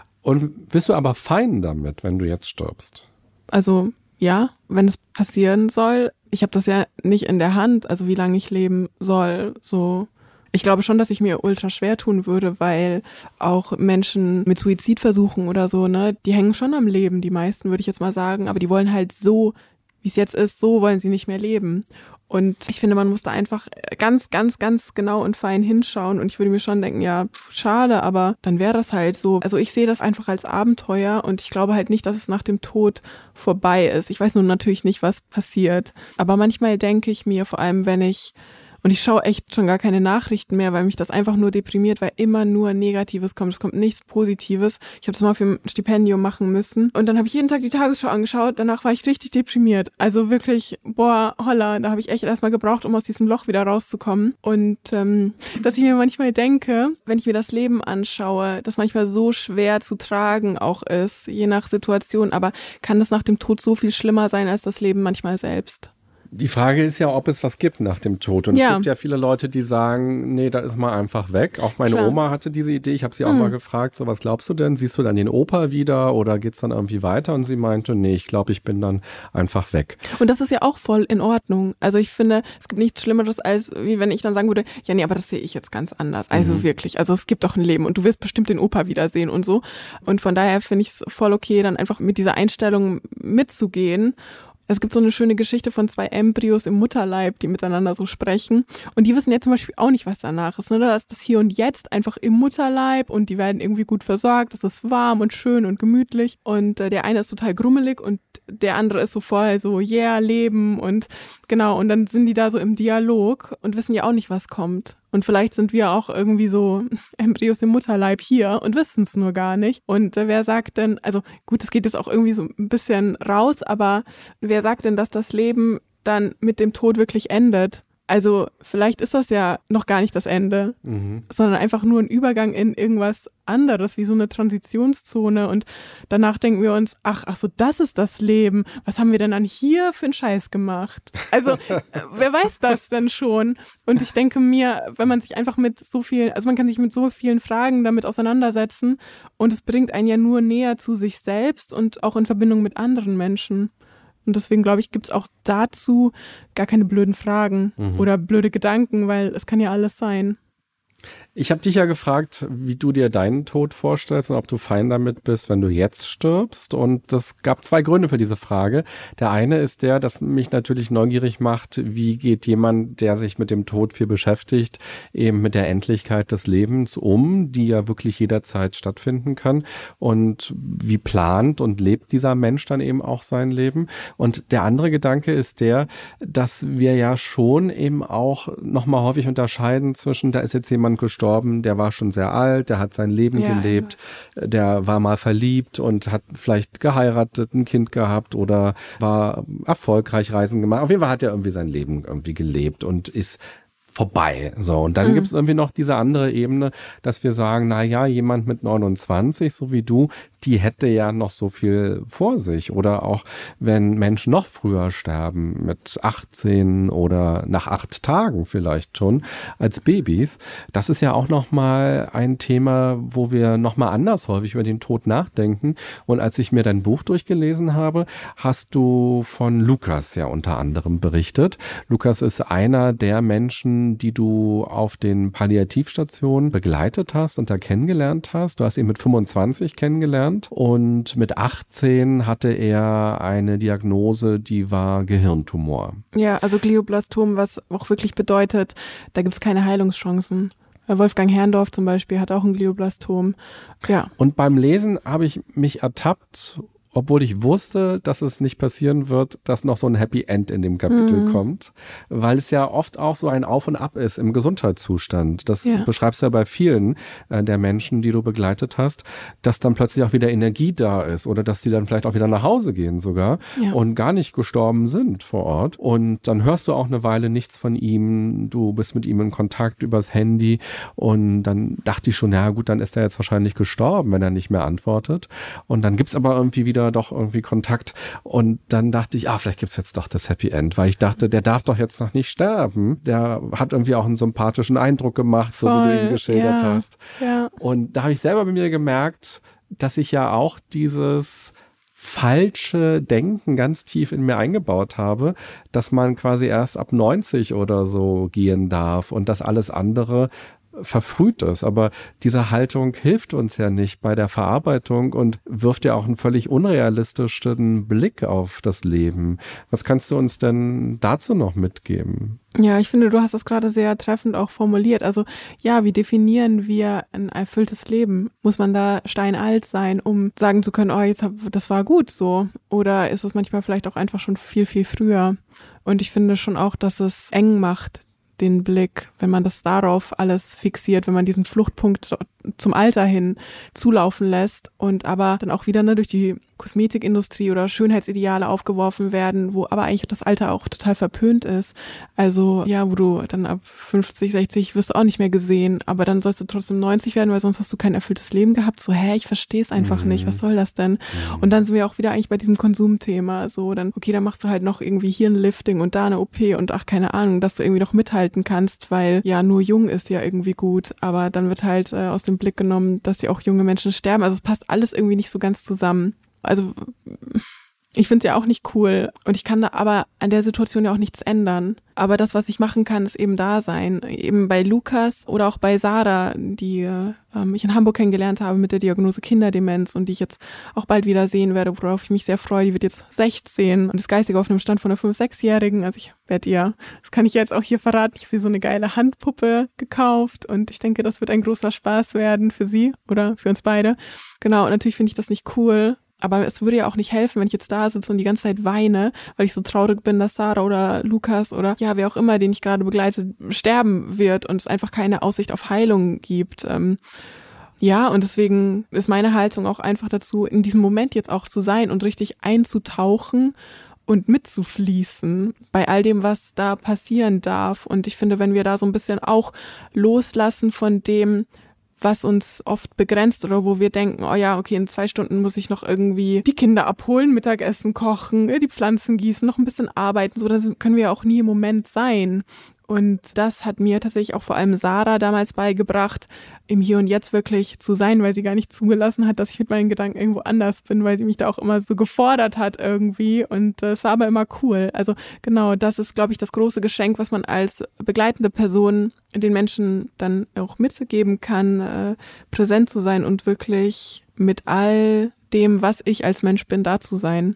Und bist du aber fein damit, wenn du jetzt stirbst? Also ja, wenn es passieren soll. Ich habe das ja nicht in der Hand, also wie lange ich leben soll. So, ich glaube schon, dass ich mir ultra schwer tun würde, weil auch Menschen mit Suizidversuchen oder so, ne, die hängen schon am Leben, die meisten, würde ich jetzt mal sagen. Aber die wollen halt so, wie es jetzt ist, so wollen sie nicht mehr leben. Und ich finde, man muss da einfach ganz, ganz, ganz genau und fein hinschauen. Und ich würde mir schon denken, ja, schade, aber dann wäre das halt so. Also ich sehe das einfach als Abenteuer und ich glaube halt nicht, dass es nach dem Tod vorbei ist. Ich weiß nun natürlich nicht, was passiert. Aber manchmal denke ich mir, vor allem und ich schaue echt schon gar keine Nachrichten mehr, weil mich das einfach nur deprimiert, weil immer nur Negatives kommt. Es kommt nichts Positives. Ich habe das mal für ein Stipendium machen müssen. Und dann habe ich jeden Tag die Tagesschau angeschaut. Danach war ich richtig deprimiert. Also wirklich, boah, holla, da habe ich echt erstmal gebraucht, um aus diesem Loch wieder rauszukommen. Und dass ich mir manchmal denke, wenn ich mir das Leben anschaue, das manchmal so schwer zu tragen auch ist, je nach Situation. Aber kann das nach dem Tod so viel schlimmer sein als das Leben manchmal selbst? Die Frage ist ja, ob es was gibt nach dem Tod. Und es gibt ja viele Leute, die sagen, nee, da ist mal einfach weg. Auch meine Oma hatte diese Idee. Ich habe sie auch mal gefragt, so was glaubst du denn? Siehst du dann den Opa wieder oder geht's dann irgendwie weiter? Und sie meinte, nee, ich glaube, ich bin dann einfach weg. Und das ist ja auch voll in Ordnung. Also ich finde, es gibt nichts Schlimmeres, als wie wenn ich dann sagen würde, ja, nee, aber das sehe ich jetzt ganz anders. Also wirklich, also es gibt doch ein Leben und du wirst bestimmt den Opa wiedersehen und so. Und von daher finde ich es voll okay, dann einfach mit dieser Einstellung mitzugehen. Es gibt so eine schöne Geschichte von 2 Embryos im Mutterleib, die miteinander so sprechen. Und die wissen ja zum Beispiel auch nicht, was danach ist. Ne? Da ist das Hier und Jetzt einfach im Mutterleib und die werden irgendwie gut versorgt. Es ist warm und schön und gemütlich. Und der eine ist total grummelig und der andere ist so voll so, yeah, Leben und genau. Und dann sind die da so im Dialog und wissen ja auch nicht, was kommt. Und vielleicht sind wir auch irgendwie so Embryos im Mutterleib hier und wissen es nur gar nicht. Und wer sagt denn, also gut, es geht jetzt auch irgendwie so ein bisschen raus, aber wer sagt denn, dass das Leben dann mit dem Tod wirklich endet? Also vielleicht ist das ja noch gar nicht das Ende, sondern einfach nur ein Übergang in irgendwas anderes, wie so eine Transitionszone. Und danach denken wir uns, ach so, das ist das Leben. Was haben wir denn dann hier für einen Scheiß gemacht? Also wer weiß das denn schon? Und ich denke mir, wenn man sich einfach mit so vielen, also man kann sich mit so vielen Fragen damit auseinandersetzen und es bringt einen ja nur näher zu sich selbst und auch in Verbindung mit anderen Menschen. Und deswegen, glaube ich, gibt es auch dazu gar keine blöden Fragen oder blöde Gedanken, weil es kann ja alles sein. Ich habe dich ja gefragt, wie du dir deinen Tod vorstellst und ob du fein damit bist, wenn du jetzt stirbst. Und es gab 2 Gründe für diese Frage. Der eine ist der, dass mich natürlich neugierig macht, wie geht jemand, der sich mit dem Tod viel beschäftigt, eben mit der Endlichkeit des Lebens um, die ja wirklich jederzeit stattfinden kann. Und wie plant und lebt dieser Mensch dann eben auch sein Leben? Und der andere Gedanke ist der, dass wir ja schon eben auch nochmal häufig unterscheiden zwischen, da ist jetzt jemand gestorben, der war schon sehr alt, der hat sein Leben gelebt, der war mal verliebt und hat vielleicht geheiratet, ein Kind gehabt oder war erfolgreich reisen gemacht. Auf jeden Fall hat er irgendwie sein Leben irgendwie gelebt und ist vorbei. So, und dann gibt es irgendwie noch diese andere Ebene, dass wir sagen, na ja, jemand mit 29, so wie du, die hätte ja noch so viel vor sich. Oder auch, wenn Menschen noch früher sterben, mit 18 oder nach 8 Tagen vielleicht schon, als Babys. Das ist ja auch nochmal ein Thema, wo wir nochmal anders häufig über den Tod nachdenken. Und als ich mir dein Buch durchgelesen habe, hast du von Lukas ja unter anderem berichtet. Lukas ist einer der Menschen, die du auf den Palliativstationen begleitet hast und da kennengelernt hast. Du hast ihn mit 25 kennengelernt und mit 18 hatte er eine Diagnose, die war Gehirntumor. Ja, also Glioblastom, was auch wirklich bedeutet, da gibt es keine Heilungschancen. Wolfgang Herrndorf zum Beispiel hat auch ein Glioblastom. Ja. Und beim Lesen habe ich mich ertappt, obwohl ich wusste, dass es nicht passieren wird, dass noch so ein Happy End in dem Kapitel kommt, weil es ja oft auch so ein Auf und Ab ist im Gesundheitszustand. Das beschreibst du ja bei vielen der Menschen, die du begleitet hast, dass dann plötzlich auch wieder Energie da ist oder dass die dann vielleicht auch wieder nach Hause gehen sogar und gar nicht gestorben sind vor Ort. Und dann hörst du auch eine Weile nichts von ihm, du bist mit ihm in Kontakt übers Handy und dann dachte ich schon, ja gut, dann ist er jetzt wahrscheinlich gestorben, wenn er nicht mehr antwortet. Und dann gibt's aber irgendwie wieder wieder doch irgendwie Kontakt. Und dann dachte ich, vielleicht gibt's jetzt doch das Happy End, weil ich dachte, der darf doch jetzt noch nicht sterben. Der hat irgendwie auch einen sympathischen Eindruck gemacht, so wie du ihn geschildert hast. Ja. Und da habe ich selber bei mir gemerkt, dass ich ja auch dieses falsche Denken ganz tief in mir eingebaut habe, dass man quasi erst ab 90 oder so gehen darf und dass alles andere verfrüht ist. Aber diese Haltung hilft uns ja nicht bei der Verarbeitung und wirft ja auch einen völlig unrealistischen Blick auf das Leben. Was kannst du uns denn dazu noch mitgeben? Ja, ich finde, du hast das gerade sehr treffend auch formuliert. Also ja, wie definieren wir ein erfülltes Leben? Muss man da steinalt sein, um sagen zu können, das war gut so? Oder ist es manchmal vielleicht auch einfach schon viel, viel früher? Und ich finde schon auch, dass es eng macht, den Blick, wenn man das darauf alles fixiert, wenn man diesen Fluchtpunkt zum Alter hin zulaufen lässt und aber dann auch wieder durch die Kosmetikindustrie oder Schönheitsideale aufgeworfen werden, wo aber eigentlich das Alter auch total verpönt ist. Also ja, wo du dann ab 50, 60 wirst du auch nicht mehr gesehen, aber dann sollst du trotzdem 90 werden, weil sonst hast du kein erfülltes Leben gehabt. So, ich verstehe es einfach nicht. Was soll das denn? Und dann sind wir auch wieder eigentlich bei diesem Konsumthema. So, dann machst du halt noch irgendwie hier ein Lifting und da eine OP und keine Ahnung, dass du irgendwie noch mithalten kannst, weil ja nur jung ist ja irgendwie gut, aber dann wird halt aus dem Blick genommen, dass ja auch junge Menschen sterben. Also es passt alles irgendwie nicht so ganz zusammen. Also ich finde es ja auch nicht cool und ich kann da aber an der Situation ja auch nichts ändern. Aber das, was ich machen kann, ist eben da sein. Eben bei Lukas oder auch bei Sarah, die ich in Hamburg kennengelernt habe mit der Diagnose Kinderdemenz und die ich jetzt auch bald wieder sehen werde, worauf ich mich sehr freue. Die wird jetzt 16 und ist geistig auf einem Stand von einer 5-, 6-Jährigen. Also ich werde ihr, das kann ich jetzt auch hier verraten, ich habe so eine geile Handpuppe gekauft und ich denke, das wird ein großer Spaß werden für sie oder für uns beide. Genau, und natürlich finde ich das nicht cool. Aber es würde ja auch nicht helfen, wenn ich jetzt da sitze und die ganze Zeit weine, weil ich so traurig bin, dass Sarah oder Lukas oder ja, wer auch immer, den ich gerade begleite, sterben wird und es einfach keine Aussicht auf Heilung gibt. Ja, und deswegen ist meine Haltung auch einfach dazu, in diesem Moment jetzt auch zu sein und richtig einzutauchen und mitzufließen bei all dem, was da passieren darf. Und ich finde, wenn wir da so ein bisschen auch loslassen von dem, was uns oft begrenzt oder wo wir denken, in 2 Stunden muss ich noch irgendwie die Kinder abholen, Mittagessen kochen, die Pflanzen gießen, noch ein bisschen arbeiten, so, dann können wir auch nie im Moment sein. Und das hat mir tatsächlich auch vor allem Sarah damals beigebracht, im Hier und Jetzt wirklich zu sein, weil sie gar nicht zugelassen hat, dass ich mit meinen Gedanken irgendwo anders bin, weil sie mich da auch immer so gefordert hat irgendwie und es war aber immer cool. Also genau, das ist, glaube ich, das große Geschenk, was man als begleitende Person den Menschen dann auch mitgeben kann, präsent zu sein und wirklich mit all dem, was ich als Mensch bin, da zu sein.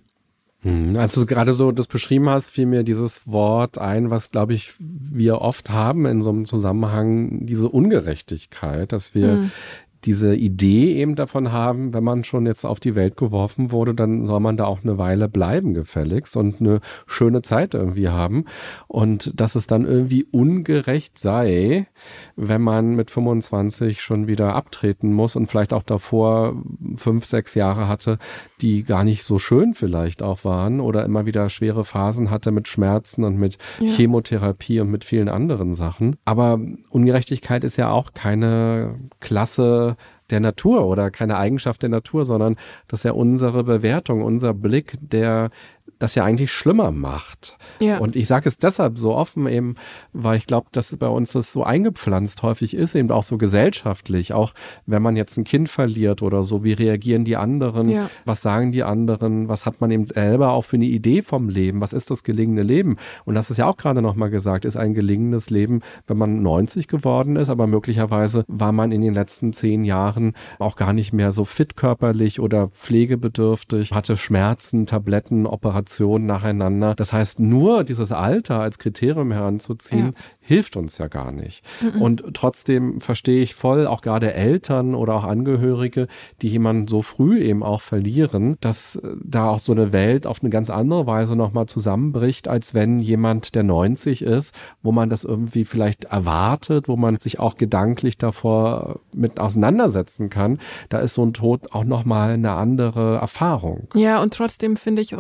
Als du gerade so das beschrieben hast, fiel mir dieses Wort ein, was, glaube ich, wir oft haben in so einem Zusammenhang, diese Ungerechtigkeit, dass wir diese Idee eben davon haben, wenn man schon jetzt auf die Welt geworfen wurde, dann soll man da auch eine Weile bleiben gefälligst und eine schöne Zeit irgendwie haben und dass es dann irgendwie ungerecht sei, wenn man mit 25 schon wieder abtreten muss und vielleicht auch davor 5, 6 Jahre hatte, die gar nicht so schön vielleicht auch waren oder immer wieder schwere Phasen hatte mit Schmerzen und mit Chemotherapie und mit vielen anderen Sachen. Aber Ungerechtigkeit ist ja auch keine Klasse der Natur oder keine Eigenschaft der Natur, sondern das ist ja unsere Bewertung, unser Blick, der das ja eigentlich schlimmer macht. Ja. Und ich sage es deshalb so offen eben, weil ich glaube, dass bei uns das so eingepflanzt häufig ist, eben auch so gesellschaftlich, auch wenn man jetzt ein Kind verliert oder so, wie reagieren die anderen, was sagen die anderen, was hat man eben selber auch für eine Idee vom Leben, was ist das gelingende Leben? Und das ist ja auch gerade nochmal gesagt, ist ein gelingendes Leben, wenn man 90 geworden ist, aber möglicherweise war man in den letzten 10 Jahren auch gar nicht mehr so fit körperlich oder pflegebedürftig, hatte Schmerzen, Tabletten, Operationen nacheinander. Das heißt, nur dieses Alter als Kriterium heranzuziehen, hilft uns ja gar nicht. Und trotzdem verstehe ich voll, auch gerade Eltern oder auch Angehörige, die jemanden so früh eben auch verlieren, dass da auch so eine Welt auf eine ganz andere Weise nochmal zusammenbricht, als wenn jemand, der 90 ist, wo man das irgendwie vielleicht erwartet, wo man sich auch gedanklich davor mit auseinandersetzen kann. Da ist so ein Tod auch nochmal eine andere Erfahrung. Ja, und trotzdem finde ich auch immer noch ganz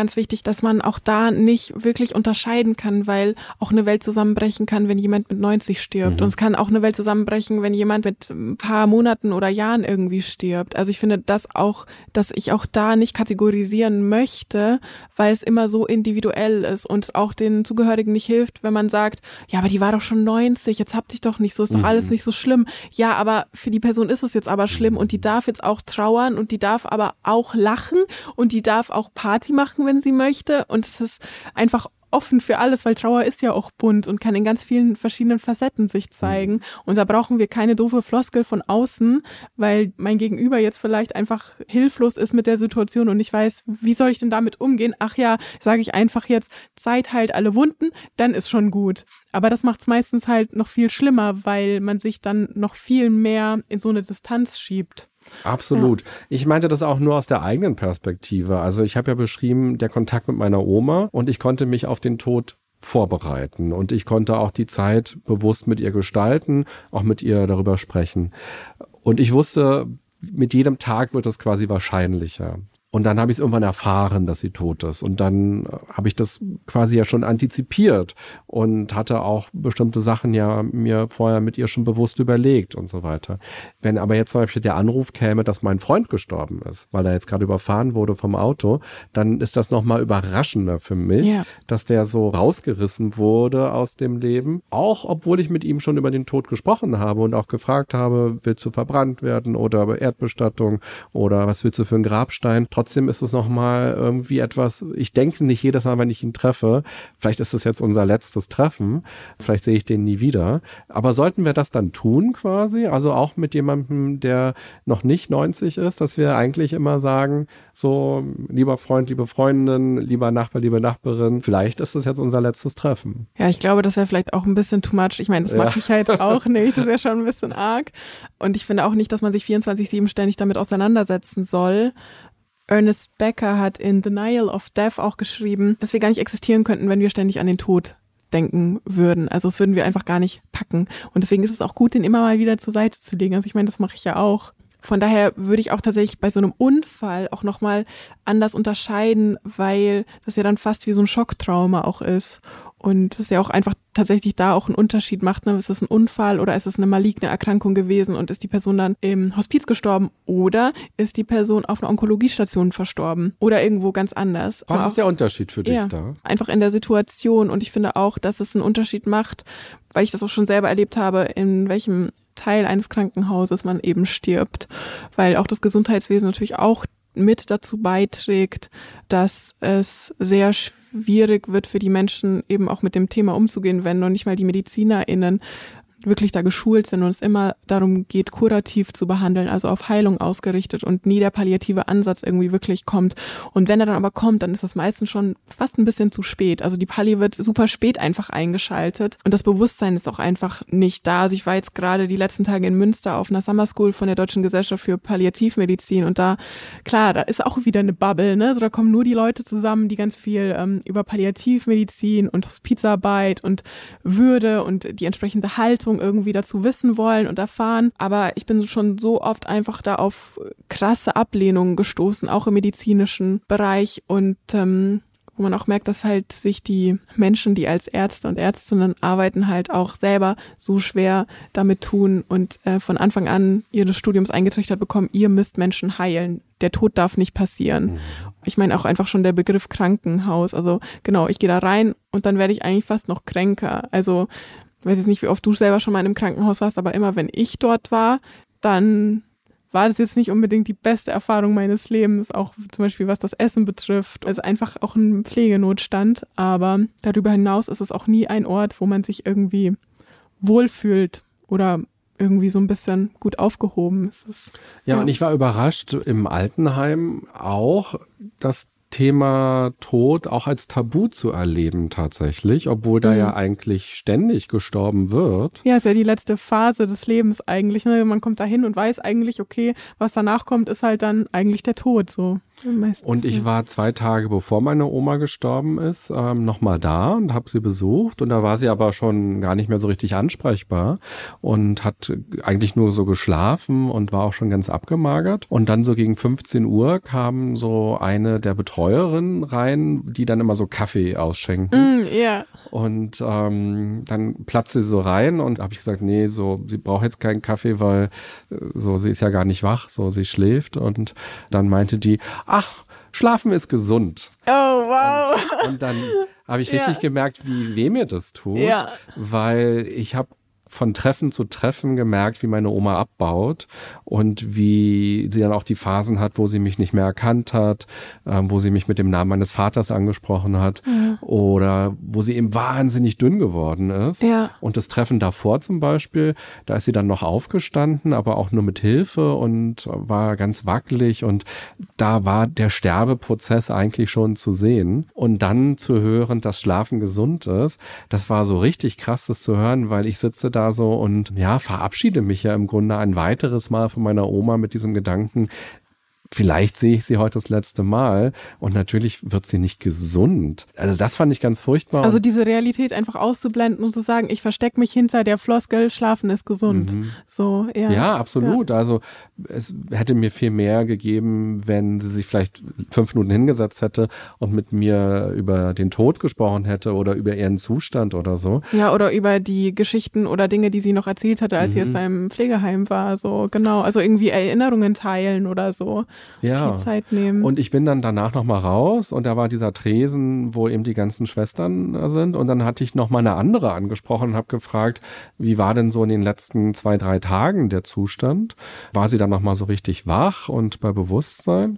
ganz wichtig, dass man auch da nicht wirklich unterscheiden kann, weil auch eine Welt zusammenbrechen kann, wenn jemand mit 90 stirbt. Und es kann auch eine Welt zusammenbrechen, wenn jemand mit ein paar Monaten oder Jahren irgendwie stirbt. Also ich finde das auch, dass ich auch da nicht kategorisieren möchte, weil es immer so individuell ist und es auch den Zugehörigen nicht hilft, wenn man sagt, ja, aber die war doch schon 90, jetzt hab dich doch nicht so, ist doch alles nicht so schlimm. Ja, aber für die Person ist es jetzt aber schlimm und die darf jetzt auch trauern und die darf aber auch lachen und die darf auch Party machen, wenn sie möchte. Und es ist einfach offen für alles, weil Trauer ist ja auch bunt und kann in ganz vielen verschiedenen Facetten sich zeigen. Und da brauchen wir keine doofe Floskel von außen, weil mein Gegenüber jetzt vielleicht einfach hilflos ist mit der Situation und ich weiß, wie soll ich denn damit umgehen? Ach ja, sage ich einfach jetzt, Zeit heilt alle Wunden, dann ist schon gut. Aber das macht es meistens halt noch viel schlimmer, weil man sich dann noch viel mehr in so eine Distanz schiebt. Absolut. Ja. Ich meinte das auch nur aus der eigenen Perspektive. Also ich habe ja beschrieben, der Kontakt mit meiner Oma und ich konnte mich auf den Tod vorbereiten und ich konnte auch die Zeit bewusst mit ihr gestalten, auch mit ihr darüber sprechen. Und ich wusste, mit jedem Tag wird es quasi wahrscheinlicher. Und dann habe ich es irgendwann erfahren, dass sie tot ist. Und dann habe ich das quasi ja schon antizipiert und hatte auch bestimmte Sachen ja mir vorher mit ihr schon bewusst überlegt und so weiter. Wenn aber jetzt zum Beispiel der Anruf käme, dass mein Freund gestorben ist, weil er jetzt gerade überfahren wurde vom Auto, dann ist das nochmal überraschender für mich, dass der so rausgerissen wurde aus dem Leben. Auch obwohl ich mit ihm schon über den Tod gesprochen habe und auch gefragt habe, willst du verbrannt werden oder Erdbestattung oder was willst du für einen Grabstein? Trotzdem ist es nochmal irgendwie etwas, ich denke nicht jedes Mal, wenn ich ihn treffe, vielleicht ist es jetzt unser letztes Treffen, vielleicht sehe ich den nie wieder, aber sollten wir das dann tun quasi, also auch mit jemandem, der noch nicht 90 ist, dass wir eigentlich immer sagen, so lieber Freund, liebe Freundin, lieber Nachbar, liebe Nachbarin, vielleicht ist es jetzt unser letztes Treffen. Ja, ich glaube, das wäre vielleicht auch ein bisschen too much. Ich meine, das mache ich ja jetzt auch nicht, das wäre schon ein bisschen arg und ich finde auch nicht, dass man sich 24/7 ständig damit auseinandersetzen soll. Ernest Becker hat in Denial of Death auch geschrieben, dass wir gar nicht existieren könnten, wenn wir ständig an den Tod denken würden. Also das würden wir einfach gar nicht packen. Und deswegen ist es auch gut, den immer mal wieder zur Seite zu legen. Also ich meine, das mache ich ja auch. Von daher würde ich auch tatsächlich bei so einem Unfall auch nochmal anders unterscheiden, weil das ja dann fast wie so ein Schocktrauma auch ist. Und es ja auch einfach tatsächlich da auch einen Unterschied macht. Ne? Ist es ein Unfall oder ist es eine maligne Erkrankung gewesen und ist die Person dann im Hospiz gestorben oder ist die Person auf einer Onkologiestation verstorben oder irgendwo ganz anders. Was ist der Unterschied für dich da? Einfach in der Situation und ich finde auch, dass es einen Unterschied macht, weil ich das auch schon selber erlebt habe, in welchem Teil eines Krankenhauses man eben stirbt, weil auch das Gesundheitswesen natürlich auch mit dazu beiträgt, dass es sehr schwierig wird für die Menschen eben auch mit dem Thema umzugehen, wenn noch nicht mal die MedizinerInnen wirklich da geschult sind und es immer darum geht, kurativ zu behandeln, also auf Heilung ausgerichtet und nie der palliative Ansatz irgendwie wirklich kommt. Und wenn er dann aber kommt, dann ist das meistens schon fast ein bisschen zu spät. Also die Palli wird super spät einfach eingeschaltet und das Bewusstsein ist auch einfach nicht da. Also ich war jetzt gerade die letzten Tage in Münster auf einer Summer School von der Deutschen Gesellschaft für Palliativmedizin und da, klar, da ist auch wieder eine Bubble, ne? Also da kommen nur die Leute zusammen, die ganz viel über Palliativmedizin und Hospizarbeit und Würde und die entsprechende Haltung irgendwie dazu wissen wollen und erfahren. Aber ich bin schon so oft einfach da auf krasse Ablehnungen gestoßen, auch im medizinischen Bereich und wo man auch merkt, dass halt sich die Menschen, die als Ärzte und Ärztinnen arbeiten, halt auch selber so schwer damit tun und von Anfang an ihres Studiums eingetrichtert bekommen, ihr müsst Menschen heilen. Der Tod darf nicht passieren. Ich meine auch einfach schon der Begriff Krankenhaus. Also genau, ich gehe da rein und dann werde ich eigentlich fast noch kränker. Also ich weiß jetzt nicht, wie oft du selber schon mal in einem Krankenhaus warst, aber immer wenn ich dort war, dann war das jetzt nicht unbedingt die beste Erfahrung meines Lebens, auch zum Beispiel was das Essen betrifft. Also einfach auch ein Pflegenotstand, aber darüber hinaus ist es auch nie ein Ort, wo man sich irgendwie wohlfühlt oder irgendwie so ein bisschen gut aufgehoben ist. Ja, und ich war überrascht im Altenheim auch, dass Thema Tod auch als Tabu zu erleben tatsächlich, obwohl da ja eigentlich ständig gestorben wird. Ja, ist ja die letzte Phase des Lebens eigentlich. Ne? Man kommt da hin und weiß eigentlich, okay, was danach kommt, ist halt dann eigentlich der Tod so. Und ich war 2 Tage, bevor meine Oma gestorben ist, nochmal da und habe sie besucht. Und da war sie aber schon gar nicht mehr so richtig ansprechbar und hat eigentlich nur so geschlafen und war auch schon ganz abgemagert. Und dann so gegen 15 Uhr kam so eine der Betreuerinnen rein, die dann immer so Kaffee ausschenken. Ja. Und dann platzte sie so rein und habe ich gesagt, nee, so sie braucht jetzt keinen Kaffee, weil so sie ist ja gar nicht wach, so sie schläft. Und dann meinte die, ach, Schlafen ist gesund. Oh, wow. Und dann habe ich richtig gemerkt, wie weh mir das tut, weil ich habe von Treffen zu Treffen gemerkt, wie meine Oma abbaut und wie sie dann auch die Phasen hat, wo sie mich nicht mehr erkannt hat, wo sie mich mit dem Namen meines Vaters angesprochen hat oder wo sie eben wahnsinnig dünn geworden ist. Ja. Und das Treffen davor zum Beispiel, da ist sie dann noch aufgestanden, aber auch nur mit Hilfe und war ganz wackelig und da war der Sterbeprozess eigentlich schon zu sehen. Und dann zu hören, dass Schlafen gesund ist, das war so richtig krass, das zu hören, weil ich sitze da so und verabschiede mich ja im Grunde ein weiteres Mal von meiner Oma mit diesem Gedanken, vielleicht sehe ich sie heute das letzte Mal und natürlich wird sie nicht gesund. Also das fand ich ganz furchtbar. Also diese Realität einfach auszublenden und zu sagen, ich verstecke mich hinter der Floskel, Schlafen ist gesund. So, ja, absolut. Ja. Also es hätte mir viel mehr gegeben, wenn sie sich vielleicht 5 Minuten hingesetzt hätte und mit mir über den Tod gesprochen hätte oder über ihren Zustand oder so. Ja, oder über die Geschichten oder Dinge, die sie noch erzählt hatte, als sie aus seinem Pflegeheim war. So, genau. Also irgendwie Erinnerungen teilen oder so. Ja, viel Zeit nehmen. Und ich bin dann danach nochmal raus und da war dieser Tresen, wo eben die ganzen Schwestern sind und dann hatte ich noch mal eine andere angesprochen und habe gefragt, wie war denn so in den letzten 2, 3 Tagen der Zustand? War sie dann nochmal so richtig wach und bei Bewusstsein?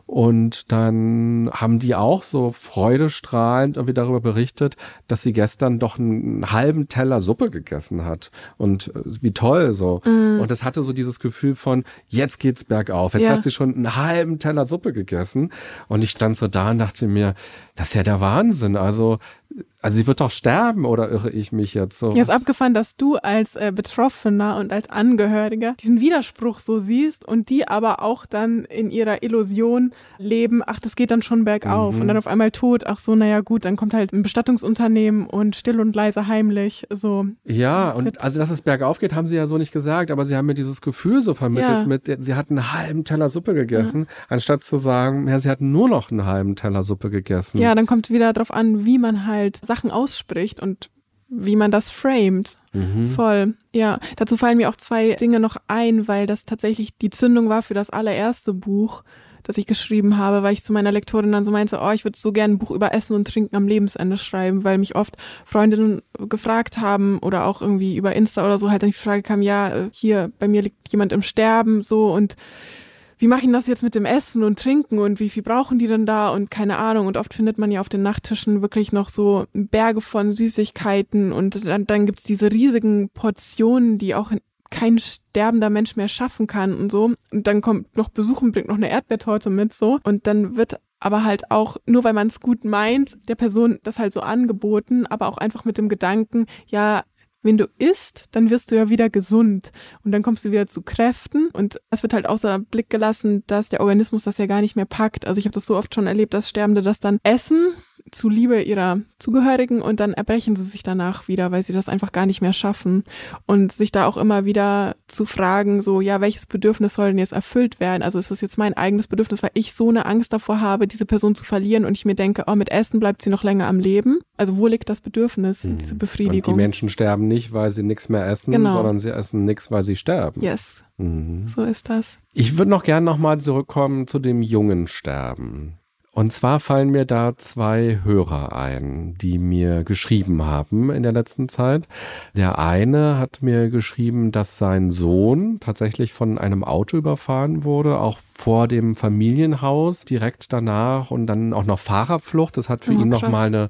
Und dann haben die auch so freudestrahlend irgendwie darüber berichtet, dass sie gestern doch einen halben Teller Suppe gegessen hat und wie toll so. Und das hatte so dieses Gefühl von, jetzt geht's bergauf, jetzt hat sie schon einen halben Teller Suppe gegessen und ich stand so da und dachte mir, das ist ja der Wahnsinn, also sie wird doch sterben oder irre ich mich jetzt so? Ja, ist abgefahren, dass du als Betroffener und als Angehöriger diesen Widerspruch so siehst und die aber auch dann in ihrer Illusion leben, ach, das geht dann schon bergauf und dann auf einmal tot, ach so, naja gut, dann kommt halt ein Bestattungsunternehmen und still und leise heimlich, so. Ja, und also, dass es bergauf geht, haben sie ja so nicht gesagt, aber sie haben mir dieses Gefühl so vermittelt sie hat einen halben Teller Suppe gegessen, anstatt zu sagen, ja, sie hat nur noch einen halben Teller Suppe gegessen. Ja, dann kommt wieder drauf an, wie man halt Sachen ausspricht und wie man das framet. Voll. Ja, dazu fallen mir auch 2 Dinge noch ein, weil das tatsächlich die Zündung war für das allererste Buch, das ich geschrieben habe, weil ich zu meiner Lektorin dann so meinte, ich würde so gerne ein Buch über Essen und Trinken am Lebensende schreiben, weil mich oft Freundinnen gefragt haben oder auch irgendwie über Insta oder so halt dann die Frage kam, ja, hier bei mir liegt jemand im Sterben so und wie mache ich das jetzt mit dem Essen und Trinken und wie viel brauchen die denn da und keine Ahnung. Und oft findet man ja auf den Nachttischen wirklich noch so Berge von Süßigkeiten und dann gibt's diese riesigen Portionen, die auch kein sterbender Mensch mehr schaffen kann und so. Und dann kommt noch Besuch und bringt noch eine Erdbeertorte mit so. Und dann wird aber halt auch, nur weil man es gut meint, der Person das halt so angeboten, aber auch einfach mit dem Gedanken, ja, wenn du isst, dann wirst du ja wieder gesund und dann kommst du wieder zu Kräften und es wird halt außer Blick gelassen, dass der Organismus das ja gar nicht mehr packt. Also ich habe das so oft schon erlebt, dass Sterbende das dann essen, zuliebe ihrer Zugehörigen und dann erbrechen sie sich danach wieder, weil sie das einfach gar nicht mehr schaffen und sich da auch immer wieder zu fragen, so, ja, welches Bedürfnis soll denn jetzt erfüllt werden? Also ist das jetzt mein eigenes Bedürfnis, weil ich so eine Angst davor habe, diese Person zu verlieren und ich mir denke, mit Essen bleibt sie noch länger am Leben. Also wo liegt das Bedürfnis, diese Befriedigung? Und die Menschen sterben nicht, weil sie nichts mehr essen, sondern sie essen nichts, weil sie sterben. Yes, so ist das. Ich würde noch gerne nochmal zurückkommen zu dem jungen Sterben. Und zwar fallen mir da 2 Hörer ein, die mir geschrieben haben in der letzten Zeit. Der eine hat mir geschrieben, dass sein Sohn tatsächlich von einem Auto überfahren wurde, auch vor dem Familienhaus direkt danach und dann auch noch Fahrerflucht. Das hat für ihn nochmal eine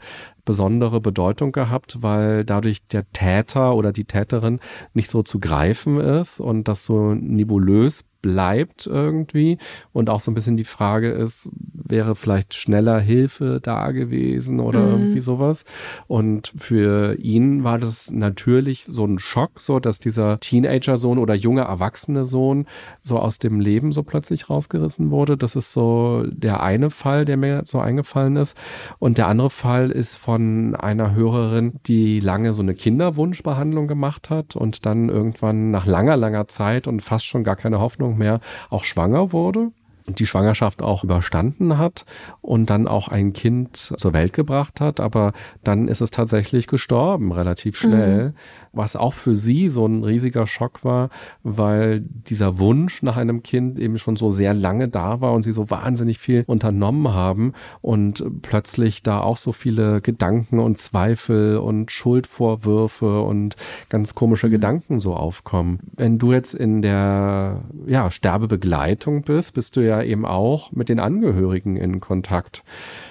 besondere Bedeutung gehabt, weil dadurch der Täter oder die Täterin nicht so zu greifen ist und das so nebulös bleibt irgendwie und auch so ein bisschen die Frage ist, wäre vielleicht schneller Hilfe da gewesen oder irgendwie sowas. Und für ihn war das natürlich so ein Schock, so dass dieser Teenager-Sohn oder junge erwachsene Sohn so aus dem Leben so plötzlich rausgerissen wurde. Das ist so der eine Fall, der mir so eingefallen ist. Und der andere Fall ist von einer Hörerin, die lange so eine Kinderwunschbehandlung gemacht hat und dann irgendwann nach langer Zeit und fast schon gar keine Hoffnung mehr auch schwanger wurde und die Schwangerschaft auch überstanden hat und dann auch ein Kind zur Welt gebracht hat, aber dann ist es tatsächlich gestorben, relativ schnell, was auch für sie so ein riesiger Schock war, weil dieser Wunsch nach einem Kind eben schon so sehr lange da war und sie so wahnsinnig viel unternommen haben und plötzlich da auch so viele Gedanken und Zweifel und Schuldvorwürfe und ganz komische Gedanken so aufkommen. Wenn du jetzt in der Sterbebegleitung bist du ja eben auch mit den Angehörigen in Kontakt.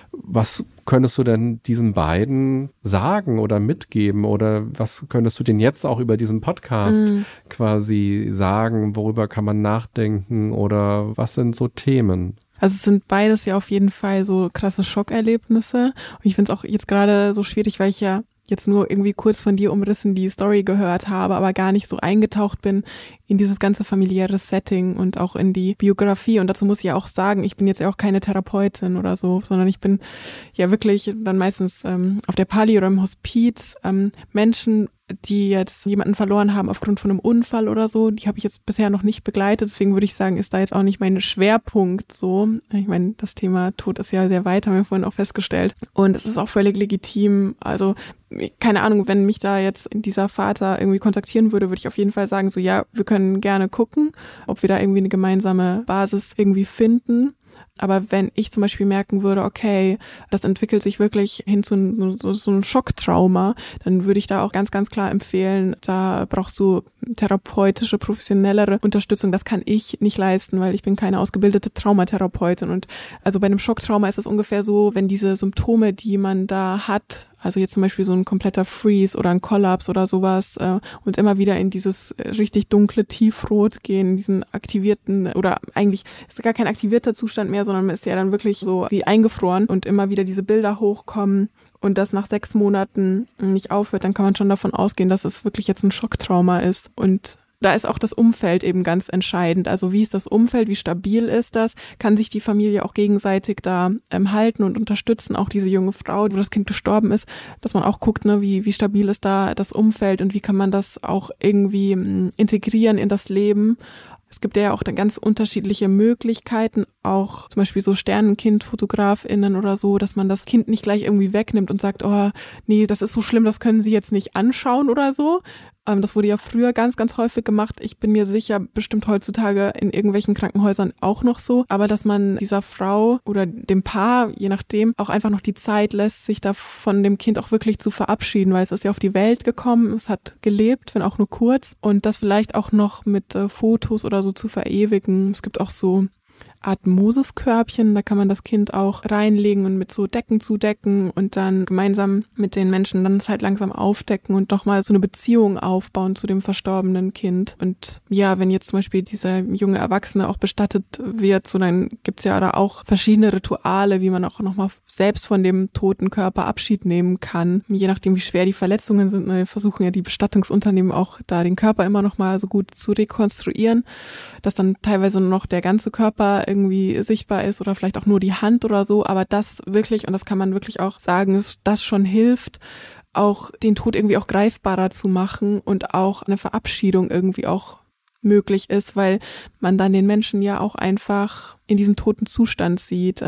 Was könntest du denn diesen beiden sagen oder mitgeben oder was könntest du denn jetzt auch über diesen Podcast quasi sagen? Worüber kann man nachdenken oder was sind so Themen? Also es sind beides ja auf jeden Fall so krasse Schockerlebnisse und ich finde es auch jetzt gerade so schwierig, weil ich ja jetzt nur irgendwie kurz von dir umrissen die Story gehört habe, aber gar nicht so eingetaucht bin in dieses ganze familiäre Setting und auch in die Biografie. Und dazu muss ich ja auch sagen, ich bin jetzt ja auch keine Therapeutin oder so, sondern ich bin ja wirklich dann meistens auf der Pali oder im Hospiz Menschen, die jetzt jemanden verloren haben aufgrund von einem Unfall oder so, die habe ich jetzt bisher noch nicht begleitet, deswegen würde ich sagen, ist da jetzt auch nicht mein Schwerpunkt so. Ich meine, das Thema Tod ist ja sehr weit, haben wir vorhin auch festgestellt und es ist auch völlig legitim, also keine Ahnung, wenn mich da jetzt dieser Vater irgendwie kontaktieren würde, würde ich auf jeden Fall sagen, so ja, wir können gerne gucken, ob wir da irgendwie eine gemeinsame Basis irgendwie finden. Aber wenn ich zum Beispiel merken würde, okay, das entwickelt sich wirklich hin zu so einem Schocktrauma, dann würde ich da auch ganz, ganz klar empfehlen, da brauchst du therapeutische, professionellere Unterstützung. Das kann ich nicht leisten, weil ich bin keine ausgebildete Traumatherapeutin. Und also bei einem Schocktrauma ist es ungefähr so, wenn diese Symptome, die man da hat, also jetzt zum Beispiel so ein kompletter Freeze oder ein Kollaps oder sowas und immer wieder in dieses richtig dunkle Tiefrot gehen, in diesen aktivierten oder eigentlich ist es gar kein aktivierter Zustand mehr, sondern man ist ja dann wirklich so wie eingefroren und immer wieder diese Bilder hochkommen und das nach 6 Monaten nicht aufhört, dann kann man schon davon ausgehen, dass es wirklich jetzt ein Schocktrauma ist und da ist auch das Umfeld eben ganz entscheidend. Also wie ist das Umfeld, wie stabil ist das? Kann sich die Familie auch gegenseitig da halten und unterstützen? Auch diese junge Frau, wo das Kind gestorben ist, dass man auch guckt, ne, wie stabil ist da das Umfeld und wie kann man das auch irgendwie integrieren in das Leben? Es gibt ja auch dann ganz unterschiedliche Möglichkeiten, auch zum Beispiel so Sternenkind-FotografInnen oder so, dass man das Kind nicht gleich irgendwie wegnimmt und sagt, oh, nee, das ist so schlimm, das können Sie jetzt nicht anschauen oder so. Das wurde ja früher ganz, ganz häufig gemacht. Ich bin mir sicher, bestimmt heutzutage in irgendwelchen Krankenhäusern auch noch so. Aber dass man dieser Frau oder dem Paar, je nachdem, auch einfach noch die Zeit lässt, sich da von dem Kind auch wirklich zu verabschieden, weil es ist ja auf die Welt gekommen, es hat gelebt, wenn auch nur kurz. Und das vielleicht auch noch mit Fotos oder so zu verewigen. Es gibt auch so Art Moses-Körbchen, da kann man das Kind auch reinlegen und mit so Decken zudecken und dann gemeinsam mit den Menschen dann es halt langsam aufdecken und nochmal so eine Beziehung aufbauen zu dem verstorbenen Kind. Und ja, wenn jetzt zum Beispiel dieser junge Erwachsene auch bestattet wird, so dann gibt's ja da auch verschiedene Rituale, wie man auch nochmal selbst von dem toten Körper Abschied nehmen kann. Je nachdem, wie schwer die Verletzungen sind, ne, versuchen ja die Bestattungsunternehmen auch da den Körper immer nochmal so gut zu rekonstruieren, dass dann teilweise nur noch der ganze Körper irgendwie sichtbar ist oder vielleicht auch nur die Hand oder so, aber das wirklich, und das kann man wirklich auch sagen, dass das schon hilft, auch den Tod irgendwie auch greifbarer zu machen und auch eine Verabschiedung irgendwie auch möglich ist, weil man dann den Menschen ja auch einfach in diesem toten Zustand sieht.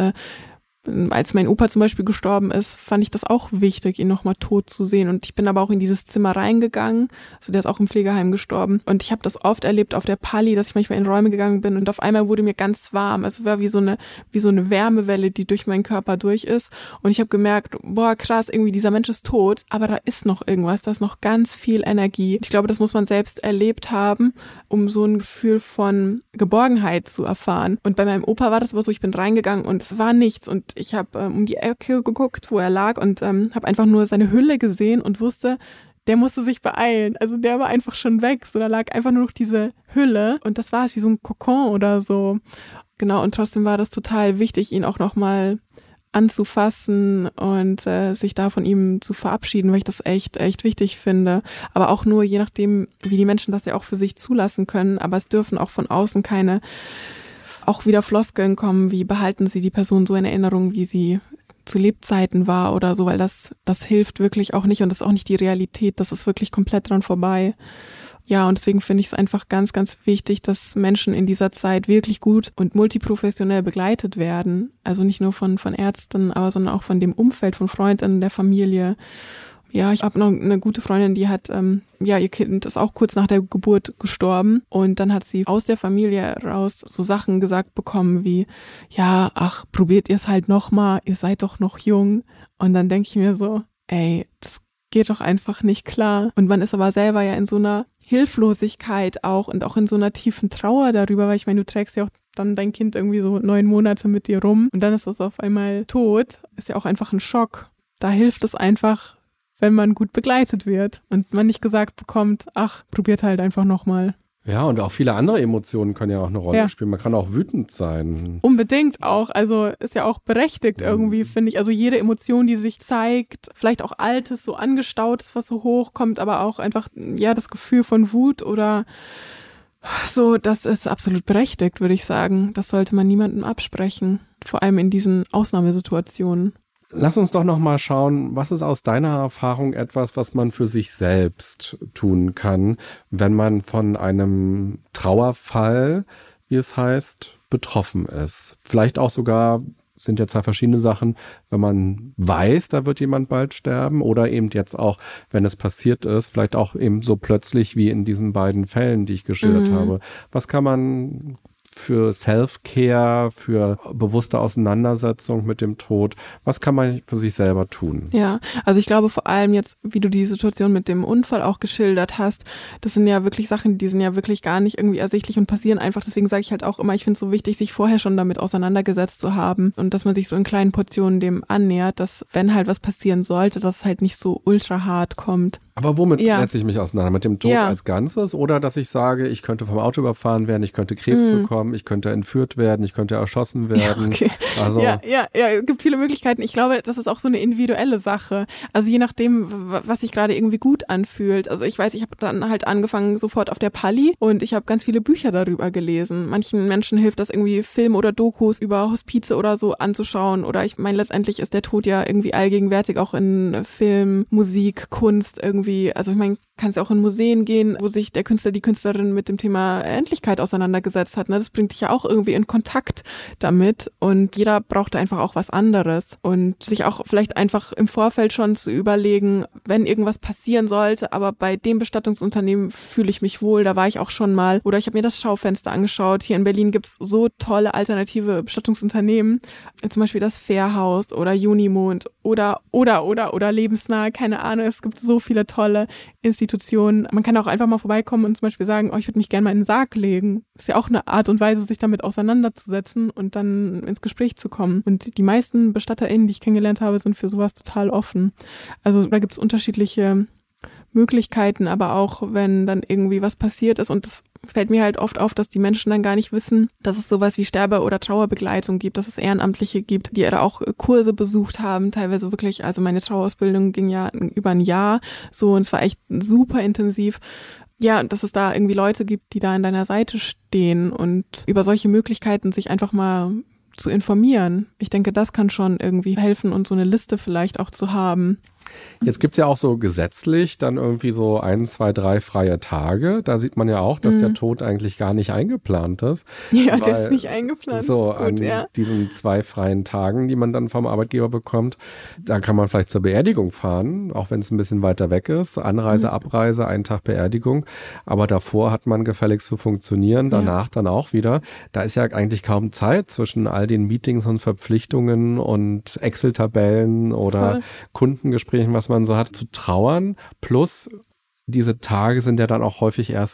Als mein Opa zum Beispiel gestorben ist, fand ich das auch wichtig, ihn nochmal tot zu sehen. Und ich bin aber auch in dieses Zimmer reingegangen. Also der ist auch im Pflegeheim gestorben. Und ich habe das oft erlebt auf der Pali, dass ich manchmal in Räume gegangen bin und auf einmal wurde mir ganz warm. Es war wie so eine Wärmewelle, die durch meinen Körper durch ist. Und ich habe gemerkt, boah, krass, irgendwie dieser Mensch ist tot, aber da ist noch irgendwas, da ist noch ganz viel Energie. Ich glaube, das muss man selbst erlebt haben, um so ein Gefühl von Geborgenheit zu erfahren. Und bei meinem Opa war das aber so, ich bin reingegangen und es war nichts. Und Ich habe um die Ecke geguckt, wo er lag und habe einfach nur seine Hülle gesehen und wusste, der musste sich beeilen. Also der war einfach schon weg. So, da lag einfach nur noch diese Hülle und das war es wie so ein Kokon oder so. Genau, und trotzdem war das total wichtig, ihn auch nochmal anzufassen und sich da von ihm zu verabschieden, weil ich das echt wichtig finde. Aber auch nur je nachdem, wie die Menschen das ja auch für sich zulassen können. Aber es dürfen auch von außen keine auch wieder Floskeln kommen, wie behalten Sie die Person so in Erinnerung, wie sie zu Lebzeiten war oder so, weil das hilft wirklich auch nicht und das ist auch nicht die Realität, das ist wirklich komplett dran vorbei. Ja, und deswegen finde ich es einfach ganz, ganz wichtig, dass Menschen in dieser Zeit wirklich gut und multiprofessionell begleitet werden. Also nicht nur von Ärzten, aber sondern auch von dem Umfeld, von Freunden, der Familie. Ja, ich habe noch eine gute Freundin, die hat, ihr Kind ist auch kurz nach der Geburt gestorben und dann hat sie aus der Familie raus so Sachen gesagt bekommen wie, ja, ach, probiert ihr es halt nochmal, ihr seid doch noch jung. Und dann denke ich mir so, ey, das geht doch einfach nicht klar. Und man ist aber selber ja in so einer Hilflosigkeit auch und auch in so einer tiefen Trauer darüber, weil ich meine, du trägst ja auch dann dein Kind irgendwie so 9 Monate mit dir rum und dann ist das auf einmal tot. Ist ja auch einfach ein Schock. Da hilft es einfach, wenn man gut begleitet wird und man nicht gesagt bekommt, ach, probiert halt einfach nochmal. Ja, und auch viele andere Emotionen können ja auch eine Rolle spielen. Man kann auch wütend sein. Unbedingt auch. Also ist ja auch berechtigt irgendwie, finde ich. Also jede Emotion, die sich zeigt, vielleicht auch Altes, so Angestautes, was so hochkommt, aber auch einfach, ja, das Gefühl von Wut oder so, das ist absolut berechtigt, würde ich sagen. Das sollte man niemandem absprechen. Vor allem in diesen Ausnahmesituationen. Lass uns doch noch mal schauen, was ist aus deiner Erfahrung etwas, was man für sich selbst tun kann, wenn man von einem Trauerfall, wie es heißt, betroffen ist. Vielleicht auch sogar, sind ja 2 verschiedene Sachen, wenn man weiß, da wird jemand bald sterben oder eben jetzt auch, wenn es passiert ist, vielleicht auch eben so plötzlich wie in diesen beiden Fällen, die ich geschildert habe. Was kann man für Self-Care, für bewusste Auseinandersetzung mit dem Tod, was kann man für sich selber tun? Ja, also ich glaube vor allem jetzt, wie du die Situation mit dem Unfall auch geschildert hast, das sind ja wirklich Sachen, die sind ja wirklich gar nicht irgendwie ersichtlich und passieren einfach. Deswegen sage ich halt auch immer, ich finde es so wichtig, sich vorher schon damit auseinandergesetzt zu haben und dass man sich so in kleinen Portionen dem annähert, dass wenn halt was passieren sollte, dass es halt nicht so ultra hart kommt. Aber womit setze ich mich auseinander? Mit dem Tod als Ganzes oder dass ich sage, ich könnte vom Auto überfahren werden, ich könnte Krebs bekommen, ich könnte entführt werden, ich könnte erschossen werden. Ja, okay. Also es gibt viele Möglichkeiten. Ich glaube, das ist auch so eine individuelle Sache. Also je nachdem, was sich gerade irgendwie gut anfühlt. Also ich weiß, ich habe dann halt angefangen sofort auf der Palli und ich habe ganz viele Bücher darüber gelesen. Manchen Menschen hilft das irgendwie Filme oder Dokus über Hospize oder so anzuschauen oder ich meine, letztendlich ist der Tod ja irgendwie allgegenwärtig, auch in Film, Musik, Kunst irgendwie. Also ich meine, kannst ja auch in Museen gehen, wo sich der Künstler, die Künstlerin mit dem Thema Endlichkeit auseinandergesetzt hat. Ne? Das bringt dich ja auch irgendwie in Kontakt damit und jeder braucht einfach auch was anderes und sich auch vielleicht einfach im Vorfeld schon zu überlegen, wenn irgendwas passieren sollte, aber bei dem Bestattungsunternehmen fühle ich mich wohl, da war ich auch schon mal oder ich habe mir das Schaufenster angeschaut. Hier in Berlin gibt's so tolle alternative Bestattungsunternehmen, zum Beispiel das Fährhaus oder Junimond oder lebensnah, keine Ahnung, es gibt so viele tolle Institutionen. Man kann auch einfach mal vorbeikommen und zum Beispiel sagen, ich würde mich gerne mal in den Sarg legen. Das ist ja auch eine Art und Weise, sich damit auseinanderzusetzen und dann ins Gespräch zu kommen. Und die meisten BestatterInnen, die ich kennengelernt habe, sind für sowas total offen. Also da gibt es unterschiedliche Möglichkeiten, aber auch wenn dann irgendwie was passiert ist und das fällt mir halt oft auf, dass die Menschen dann gar nicht wissen, dass es sowas wie Sterbe- oder Trauerbegleitung gibt, dass es Ehrenamtliche gibt, die da auch Kurse besucht haben, teilweise wirklich, also meine Trauerausbildung ging ja über ein Jahr so und es war echt super intensiv. Ja, dass es da irgendwie Leute gibt, die da an deiner Seite stehen und über solche Möglichkeiten sich einfach mal zu informieren. Ich denke, das kann schon irgendwie helfen und so eine Liste vielleicht auch zu haben. Jetzt gibt's ja auch so gesetzlich dann irgendwie so 1, 2, 3 freie Tage. Da sieht man ja auch, dass der Tod eigentlich gar nicht eingeplant ist. Ja, der ist nicht eingeplant. So, ist gut, an diesen 2 freien Tagen, die man dann vom Arbeitgeber bekommt, da kann man vielleicht zur Beerdigung fahren, auch wenn es ein bisschen weiter weg ist. Anreise, Abreise, 1 Tag Beerdigung. Aber davor hat man gefälligst zu funktionieren, danach dann auch wieder. Da ist ja eigentlich kaum Zeit zwischen all den Meetings und Verpflichtungen und Excel-Tabellen oder Kundengesprächen, was man so hat, zu trauern. Plus diese Tage sind ja dann auch häufig erst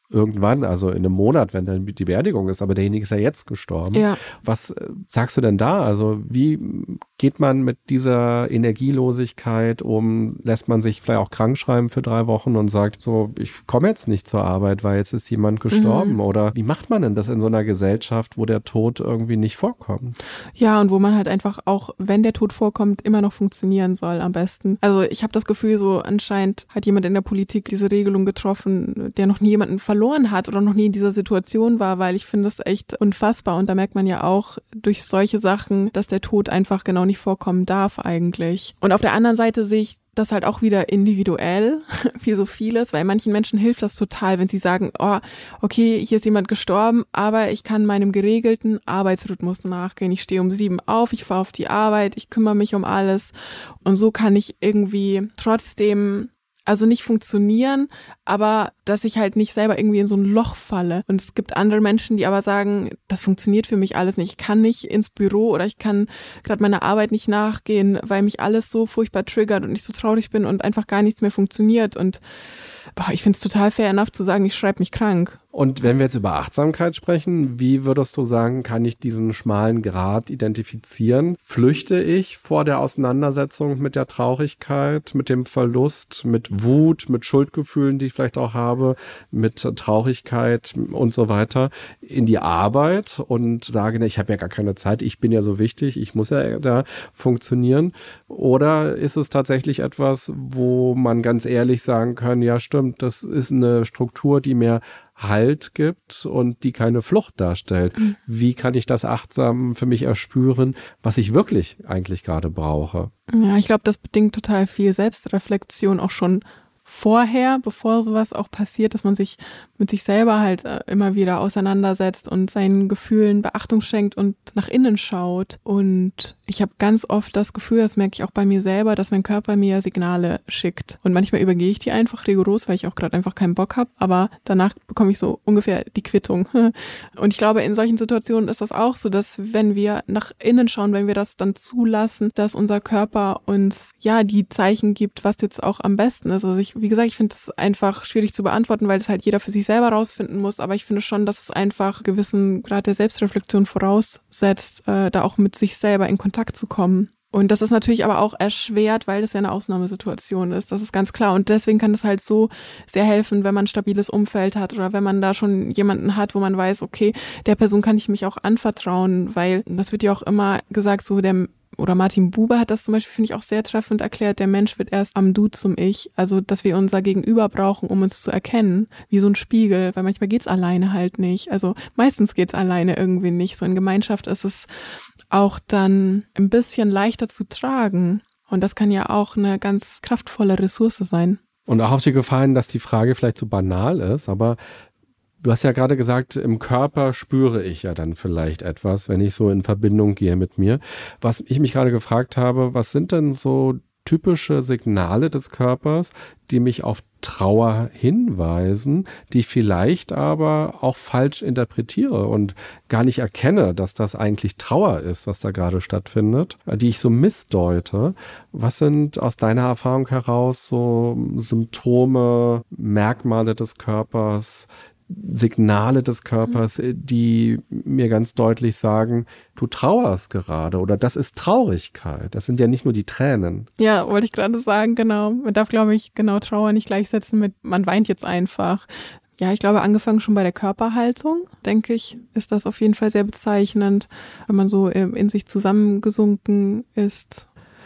irgendwann, also in einem Monat, wenn dann die Beerdigung ist, aber derjenige ist ja jetzt gestorben. Ja. Was sagst du denn da? Also wie geht man mit dieser Energielosigkeit um? Lässt man sich vielleicht auch krank schreiben für 3 Wochen und sagt so, ich komme jetzt nicht zur Arbeit, weil jetzt ist jemand gestorben? Oder wie macht man denn das in so einer Gesellschaft, wo der Tod irgendwie nicht vorkommt? Ja, und wo man halt einfach auch, wenn der Tod vorkommt, immer noch funktionieren soll am besten. Also ich habe das Gefühl, so anscheinend hat jemand in der Politik diese Regelung getroffen, der noch nie jemanden verloren hat oder noch nie in dieser Situation war, weil ich finde das echt unfassbar. Und da merkt man ja auch durch solche Sachen, dass der Tod einfach genau nicht vorkommen darf eigentlich. Und auf der anderen Seite sehe ich das halt auch wieder individuell, wie so vieles, weil manchen Menschen hilft das total, wenn sie sagen, oh, okay, hier ist jemand gestorben, aber ich kann meinem geregelten Arbeitsrhythmus nachgehen. Ich stehe um 7 auf, ich fahre auf die Arbeit, ich kümmere mich um alles und so kann ich irgendwie trotzdem also nicht funktionieren, aber dass ich halt nicht selber irgendwie in so ein Loch falle. Und es gibt andere Menschen, die aber sagen, das funktioniert für mich alles nicht. Ich kann nicht ins Büro oder ich kann gerade meiner Arbeit nicht nachgehen, weil mich alles so furchtbar triggert und ich so traurig bin und einfach gar nichts mehr funktioniert. Und ich finde es total fair enough zu sagen, ich schreibe mich krank. Und wenn wir jetzt über Achtsamkeit sprechen, wie würdest du sagen, kann ich diesen schmalen Grat identifizieren? Flüchte ich vor der Auseinandersetzung mit der Traurigkeit, mit dem Verlust, mit Wut, mit Schuldgefühlen, die ich vielleicht auch habe, mit Traurigkeit und so weiter, in die Arbeit und sage, ich habe ja gar keine Zeit, ich bin ja so wichtig, ich muss ja da funktionieren? Oder ist es tatsächlich etwas, wo man ganz ehrlich sagen kann, ja stimmt, das ist eine Struktur, die mir Halt gibt und die keine Flucht darstellt. Wie kann ich das achtsam für mich erspüren, was ich wirklich eigentlich gerade brauche? Ja, ich glaube, das bedingt total viel Selbstreflexion auch schon vorher, bevor sowas auch passiert, dass man sich mit sich selber halt immer wieder auseinandersetzt und seinen Gefühlen Beachtung schenkt und nach innen schaut. Und ich habe ganz oft das Gefühl, das merke ich auch bei mir selber, dass mein Körper mir Signale schickt. Und manchmal übergehe ich die einfach rigoros, weil ich auch gerade einfach keinen Bock habe. Aber danach bekomme ich so ungefähr die Quittung. Und ich glaube, in solchen Situationen ist das auch so, dass wenn wir nach innen schauen, wenn wir das dann zulassen, dass unser Körper uns ja die Zeichen gibt, was jetzt auch am besten ist. Also wie gesagt, ich finde das einfach schwierig zu beantworten, weil das halt jeder für sich selber rausfinden muss. Aber ich finde schon, dass es einfach gewissen Grad der Selbstreflexion voraussetzt, da auch mit sich selber in Kontakt zu kommen. Und das ist natürlich aber auch erschwert, weil das ja eine Ausnahmesituation ist. Das ist ganz klar. Und deswegen kann es halt so sehr helfen, wenn man ein stabiles Umfeld hat oder wenn man da schon jemanden hat, wo man weiß, okay, der Person kann ich mich auch anvertrauen, weil das wird ja auch immer gesagt, so oder Martin Buber hat das zum Beispiel, finde ich, auch sehr treffend erklärt, der Mensch wird erst am Du zum Ich, also dass wir unser Gegenüber brauchen, um uns zu erkennen, wie so ein Spiegel, weil manchmal geht's alleine halt nicht, also meistens geht's alleine irgendwie nicht, so in Gemeinschaft ist es auch dann ein bisschen leichter zu tragen und das kann ja auch eine ganz kraftvolle Ressource sein. Und auch auf dir gefallen, dass die Frage vielleicht so banal ist, aber du hast ja gerade gesagt, im Körper spüre ich ja dann vielleicht etwas, wenn ich so in Verbindung gehe mit mir. Was ich mich gerade gefragt habe, was sind denn so typische Signale des Körpers, die mich auf Trauer hinweisen, die ich vielleicht aber auch falsch interpretiere und gar nicht erkenne, dass das eigentlich Trauer ist, was da gerade stattfindet, die ich so missdeute. Was sind aus deiner Erfahrung heraus so Symptome, Merkmale des Körpers, Signale des Körpers, die mir ganz deutlich sagen, du trauerst gerade oder das ist Traurigkeit. Das sind ja nicht nur die Tränen. Ja, wollte ich gerade sagen, genau. Man darf, glaube ich, genau Trauer nicht gleichsetzen mit, man weint jetzt einfach. Ja, ich glaube, angefangen schon bei der Körperhaltung, denke ich, ist das auf jeden Fall sehr bezeichnend, wenn man so in sich zusammengesunken ist.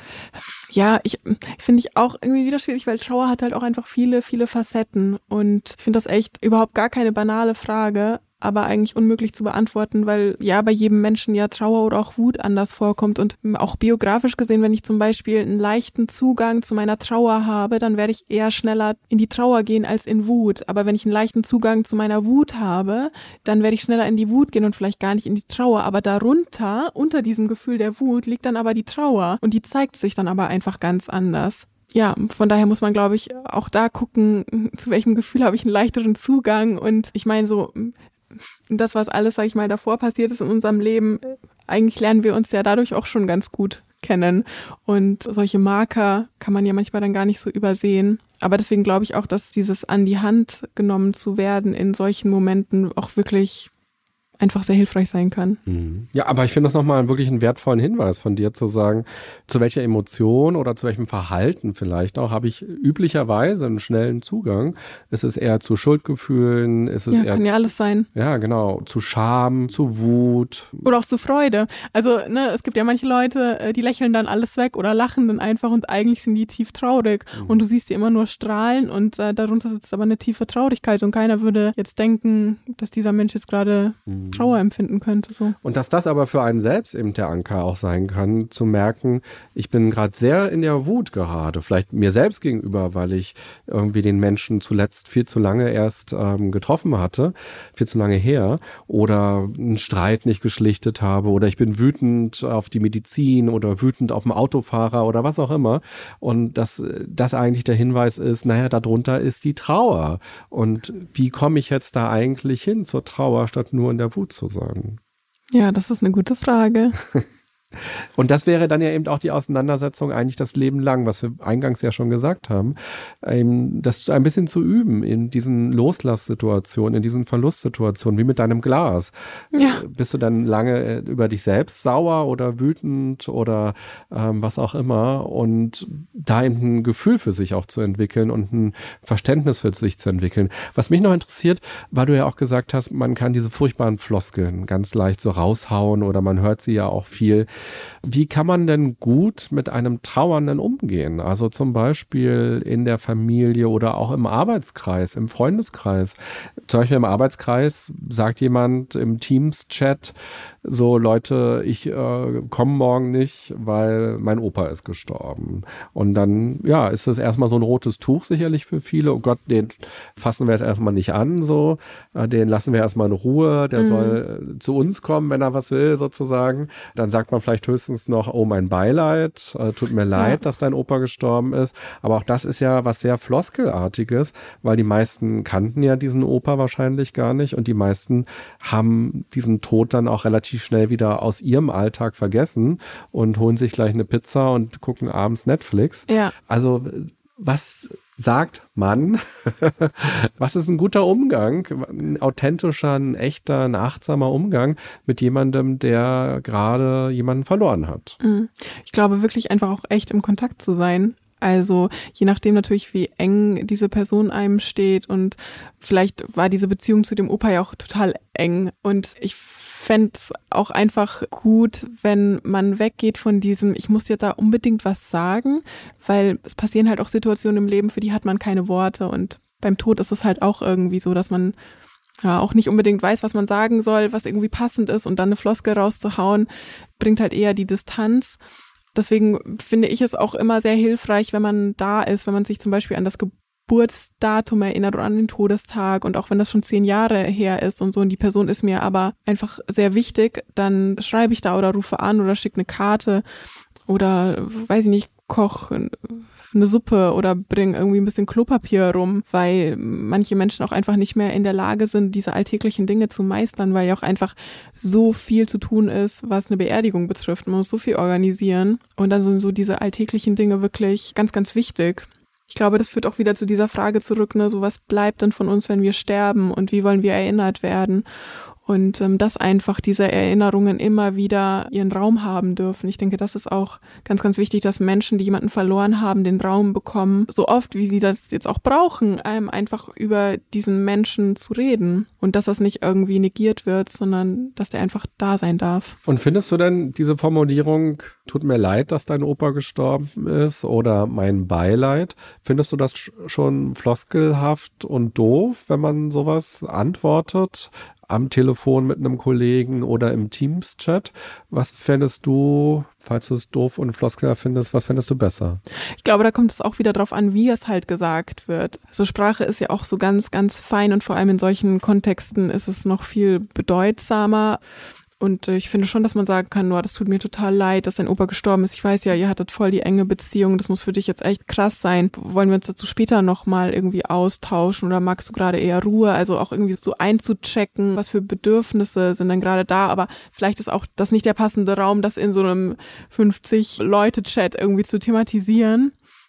Ja, ich finde ich auch irgendwie wieder schwierig, weil Trauer hat halt auch einfach viele, viele Facetten und ich finde das echt überhaupt gar keine banale Frage, aber eigentlich unmöglich zu beantworten, weil ja bei jedem Menschen ja Trauer oder auch Wut anders vorkommt und auch biografisch gesehen, wenn ich zum Beispiel einen leichten Zugang zu meiner Trauer habe, dann werde ich eher schneller in die Trauer gehen als in Wut. Aber wenn ich einen leichten Zugang zu meiner Wut habe, dann werde ich schneller in die Wut gehen und vielleicht gar nicht in die Trauer. Aber darunter, unter diesem Gefühl der Wut, liegt dann aber die Trauer und die zeigt sich dann aber einfach ganz anders. Ja, von daher muss man, glaube ich, auch da gucken, zu welchem Gefühl habe ich einen leichteren Zugang und ich meine so, das, was alles, sag ich mal, davor passiert ist in unserem Leben, eigentlich lernen wir uns ja dadurch auch schon ganz gut kennen. Und solche Marker kann man ja manchmal dann gar nicht so übersehen. Aber deswegen glaube ich auch, dass dieses an die Hand genommen zu werden in solchen Momenten auch wirklich einfach sehr hilfreich sein kann. Ja, aber ich finde das nochmal wirklich einen wertvollen Hinweis von dir zu sagen, zu welcher Emotion oder zu welchem Verhalten vielleicht auch habe ich üblicherweise einen schnellen Zugang. Ist es eher zu Schuldgefühlen? Ist es eher kann ja alles sein. Ja, genau. Zu Scham, zu Wut. Oder auch zu Freude. Also, es gibt ja manche Leute, die lächeln dann alles weg oder lachen dann einfach und eigentlich sind die tief traurig. Und du siehst die immer nur strahlen und darunter sitzt aber eine tiefe Traurigkeit und keiner würde jetzt denken, dass dieser Mensch jetzt gerade Trauer empfinden könnte. So. Und dass das aber für einen selbst eben der Anker auch sein kann, zu merken, ich bin gerade sehr in der Wut gerade, vielleicht mir selbst gegenüber, weil ich irgendwie den Menschen zuletzt viel zu lange erst getroffen hatte, viel zu lange her, oder einen Streit nicht geschlichtet habe, oder ich bin wütend auf die Medizin oder wütend auf den Autofahrer oder was auch immer. Und dass das eigentlich der Hinweis ist, naja, darunter ist die Trauer. Und wie komme ich jetzt da eigentlich hin zur Trauer, statt nur in der Wut zu sein? Ja, das ist eine gute Frage. Und das wäre dann ja eben auch die Auseinandersetzung eigentlich das Leben lang, was wir eingangs ja schon gesagt haben, das ein bisschen zu üben in diesen Loslasssituationen, in diesen Verlustsituationen, wie mit deinem Glas. Ja. Bist du dann lange über dich selbst sauer oder wütend oder was auch immer, und da eben ein Gefühl für sich auch zu entwickeln und ein Verständnis für sich zu entwickeln. Was mich noch interessiert, weil du ja auch gesagt hast, man kann diese furchtbaren Floskeln ganz leicht so raushauen oder man hört sie ja auch viel. Wie kann man denn gut mit einem Trauernden umgehen? Also zum Beispiel in der Familie oder auch im Arbeitskreis, im Freundeskreis. Zum Beispiel im Arbeitskreis sagt jemand im Teams-Chat, so Leute, ich komme morgen nicht, weil mein Opa ist gestorben. Und dann, ja, ist das erstmal so ein rotes Tuch sicherlich für viele. Oh Gott, den fassen wir jetzt erstmal nicht an, so. Den lassen wir erstmal in Ruhe. Der soll zu uns kommen, wenn er was will, sozusagen. Dann sagt man vielleicht höchstens noch, oh, mein Beileid, tut mir leid, dass dein Opa gestorben ist. Aber auch das ist ja was sehr Floskelartiges, weil die meisten kannten ja diesen Opa wahrscheinlich gar nicht und die meisten haben diesen Tod dann auch relativ schnell wieder aus ihrem Alltag vergessen und holen sich gleich eine Pizza und gucken abends Netflix. Ja. Also was sagt man? Was ist ein guter Umgang, ein authentischer, ein echter, ein achtsamer Umgang mit jemandem, der gerade jemanden verloren hat? Ich glaube wirklich einfach auch echt im Kontakt zu sein. Also je nachdem natürlich, wie eng diese Person einem steht, und vielleicht war diese Beziehung zu dem Opa ja auch total eng, und ich fände es auch einfach gut, wenn man weggeht von diesem, ich muss dir da unbedingt was sagen, weil es passieren halt auch Situationen im Leben, für die hat man keine Worte, und beim Tod ist es halt auch irgendwie so, dass man ja auch nicht unbedingt weiß, was man sagen soll, was irgendwie passend ist, und dann eine Floskel rauszuhauen, bringt halt eher die Distanz. Deswegen finde ich es auch immer sehr hilfreich, wenn man da ist, wenn man sich zum Beispiel an das Geburtsdatum erinnert oder an den Todestag, und auch wenn das schon 10 Jahre her ist und so, und die Person ist mir aber einfach sehr wichtig, dann schreibe ich da oder rufe an oder schicke eine Karte oder, weiß ich nicht, koche eine Suppe oder bringe irgendwie ein bisschen Klopapier rum, weil manche Menschen auch einfach nicht mehr in der Lage sind, diese alltäglichen Dinge zu meistern, weil ja auch einfach so viel zu tun ist, was eine Beerdigung betrifft. Man muss so viel organisieren, und dann sind so diese alltäglichen Dinge wirklich ganz, ganz wichtig. Ich glaube, das führt auch wieder zu dieser Frage zurück, ne, so was bleibt denn von uns, wenn wir sterben, und wie wollen wir erinnert werden? Und dass einfach diese Erinnerungen immer wieder ihren Raum haben dürfen. Ich denke, das ist auch ganz, ganz wichtig, dass Menschen, die jemanden verloren haben, den Raum bekommen, so oft, wie sie das jetzt auch brauchen, einfach über diesen Menschen zu reden. Und dass das nicht irgendwie negiert wird, sondern dass der einfach da sein darf. Und findest du denn diese Formulierung, tut mir leid, dass dein Opa gestorben ist, oder mein Beileid, findest du das schon floskelhaft und doof, wenn man sowas antwortet? Am Telefon mit einem Kollegen oder im Teams-Chat. Was fändest du, falls du es doof und floskelhaft findest, was fändest du besser? Ich glaube, da kommt es auch wieder drauf an, wie es halt gesagt wird. So Sprache ist ja auch so ganz, ganz fein, und vor allem in solchen Kontexten ist es noch viel bedeutsamer. Und ich finde schon, dass man sagen kann, das tut mir total leid, dass dein Opa gestorben ist. Ich weiß ja, ihr hattet voll die enge Beziehung. Das muss für dich jetzt echt krass sein. Wollen wir uns dazu später nochmal irgendwie austauschen, oder magst du gerade eher Ruhe? Also auch irgendwie so einzuchecken, was für Bedürfnisse sind dann gerade da. Aber vielleicht ist auch das nicht der passende Raum, das in so einem 50-Leute-Chat irgendwie zu thematisieren.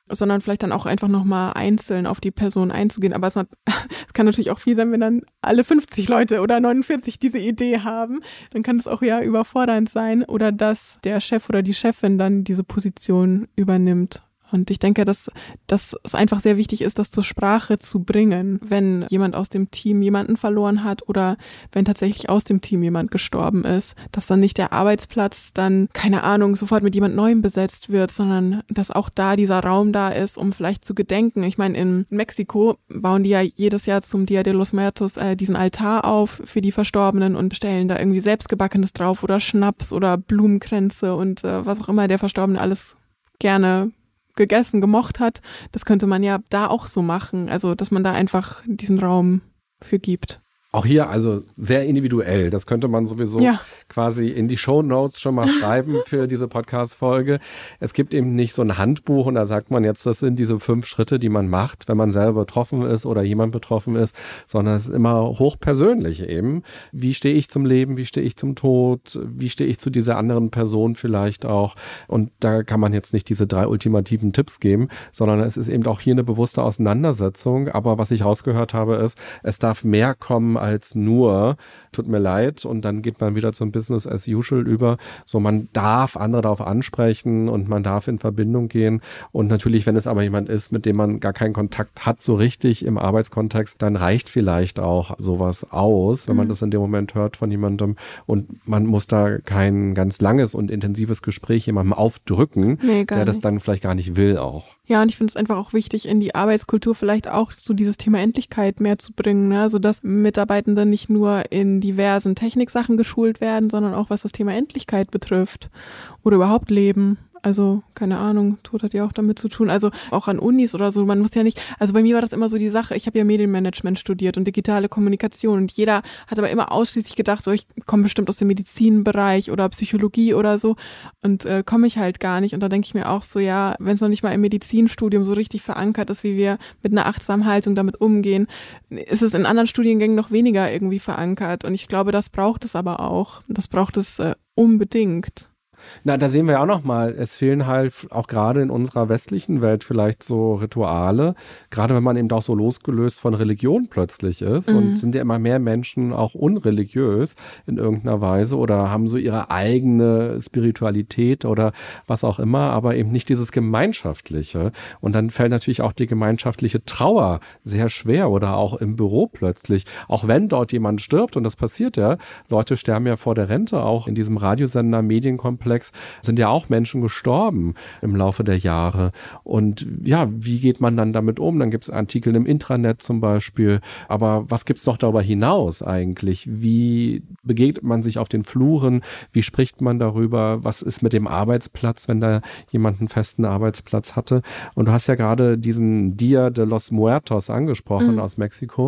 sondern vielleicht dann auch einfach nochmal einzeln auf die Person einzugehen. Aber es kann natürlich auch viel sein, wenn dann alle 50 Leute oder 49 diese Idee haben, dann kann es auch ja überfordernd sein oder dass der Chef oder die Chefin dann diese Position übernimmt. Und ich denke, dass es einfach sehr wichtig ist, das zur Sprache zu bringen, wenn jemand aus dem Team jemanden verloren hat oder wenn tatsächlich aus dem Team jemand gestorben ist, dass dann nicht der Arbeitsplatz dann, keine Ahnung, sofort mit jemand Neuem besetzt wird, sondern dass auch da dieser Raum da ist, um vielleicht zu gedenken. Ich meine, in Mexiko bauen die ja jedes Jahr zum Dia de los Muertos diesen Altar auf für die Verstorbenen und stellen da irgendwie selbstgebackenes drauf oder Schnaps oder Blumenkränze und was auch immer der Verstorbene alles gerne gegessen, gemocht hat, das könnte man ja da auch so machen. Also, dass man da einfach diesen Raum für gibt. Auch hier also sehr individuell. Das könnte man sowieso quasi in die Shownotes schon mal schreiben für diese Podcast-Folge. Es gibt eben nicht so ein Handbuch und da sagt man jetzt, das sind diese 5 Schritte, die man macht, wenn man selber betroffen ist oder jemand betroffen ist, sondern es ist immer hochpersönlich eben. Wie stehe ich zum Leben? Wie stehe ich zum Tod? Wie stehe ich zu dieser anderen Person vielleicht auch? Und da kann man jetzt nicht diese 3 ultimativen Tipps geben, sondern es ist eben auch hier eine bewusste Auseinandersetzung. Aber was ich rausgehört habe, ist, es darf mehr kommen als nur, tut mir leid, und dann geht man wieder zum Business as usual über. So, man darf andere darauf ansprechen und man darf in Verbindung gehen. Und natürlich, wenn es aber jemand ist, mit dem man gar keinen Kontakt hat, so richtig im Arbeitskontext, dann reicht vielleicht auch sowas aus, wenn man das in dem Moment hört von jemandem. Und man muss da kein ganz langes und intensives Gespräch jemandem aufdrücken, der das dann vielleicht gar nicht will auch. Ja, und ich finde es einfach auch wichtig, in die Arbeitskultur vielleicht auch so dieses Thema Endlichkeit mehr zu bringen, ne? Sodass Mitarbeitende nicht nur in diversen Techniksachen geschult werden, sondern auch was das Thema Endlichkeit betrifft oder überhaupt Leben. Also, keine Ahnung, Tod hat ja auch damit zu tun. Also auch an Unis oder so, man muss ja nicht, also bei mir war das immer so die Sache, ich habe ja Medienmanagement studiert und digitale Kommunikation und jeder hat aber immer ausschließlich gedacht, so ich komme bestimmt aus dem Medizinbereich oder Psychologie oder so und komme ich halt gar nicht. Und da denke ich mir auch so, ja, wenn es noch nicht mal im Medizinstudium so richtig verankert ist, wie wir mit einer achtsamen Haltung damit umgehen, ist es in anderen Studiengängen noch weniger irgendwie verankert. Und ich glaube, das braucht es aber auch. Das braucht es unbedingt. Na, da sehen wir ja auch nochmal, es fehlen halt auch gerade in unserer westlichen Welt vielleicht so Rituale, gerade wenn man eben auch so losgelöst von Religion plötzlich ist und sind ja immer mehr Menschen auch unreligiös in irgendeiner Weise oder haben so ihre eigene Spiritualität oder was auch immer, aber eben nicht dieses Gemeinschaftliche. Und dann fällt natürlich auch die gemeinschaftliche Trauer sehr schwer oder auch im Büro plötzlich, auch wenn dort jemand stirbt, und das passiert ja, Leute sterben ja vor der Rente, auch in diesem Radiosender Medienkomplex sind ja auch Menschen gestorben im Laufe der Jahre. Und ja, wie geht man dann damit um? Dann gibt es Artikel im Intranet zum Beispiel. Aber was gibt es noch darüber hinaus eigentlich? Wie begegnet man sich auf den Fluren? Wie spricht man darüber? Was ist mit dem Arbeitsplatz, wenn da jemand einen festen Arbeitsplatz hatte? Und du hast ja gerade diesen Dia de los Muertos angesprochen aus Mexiko.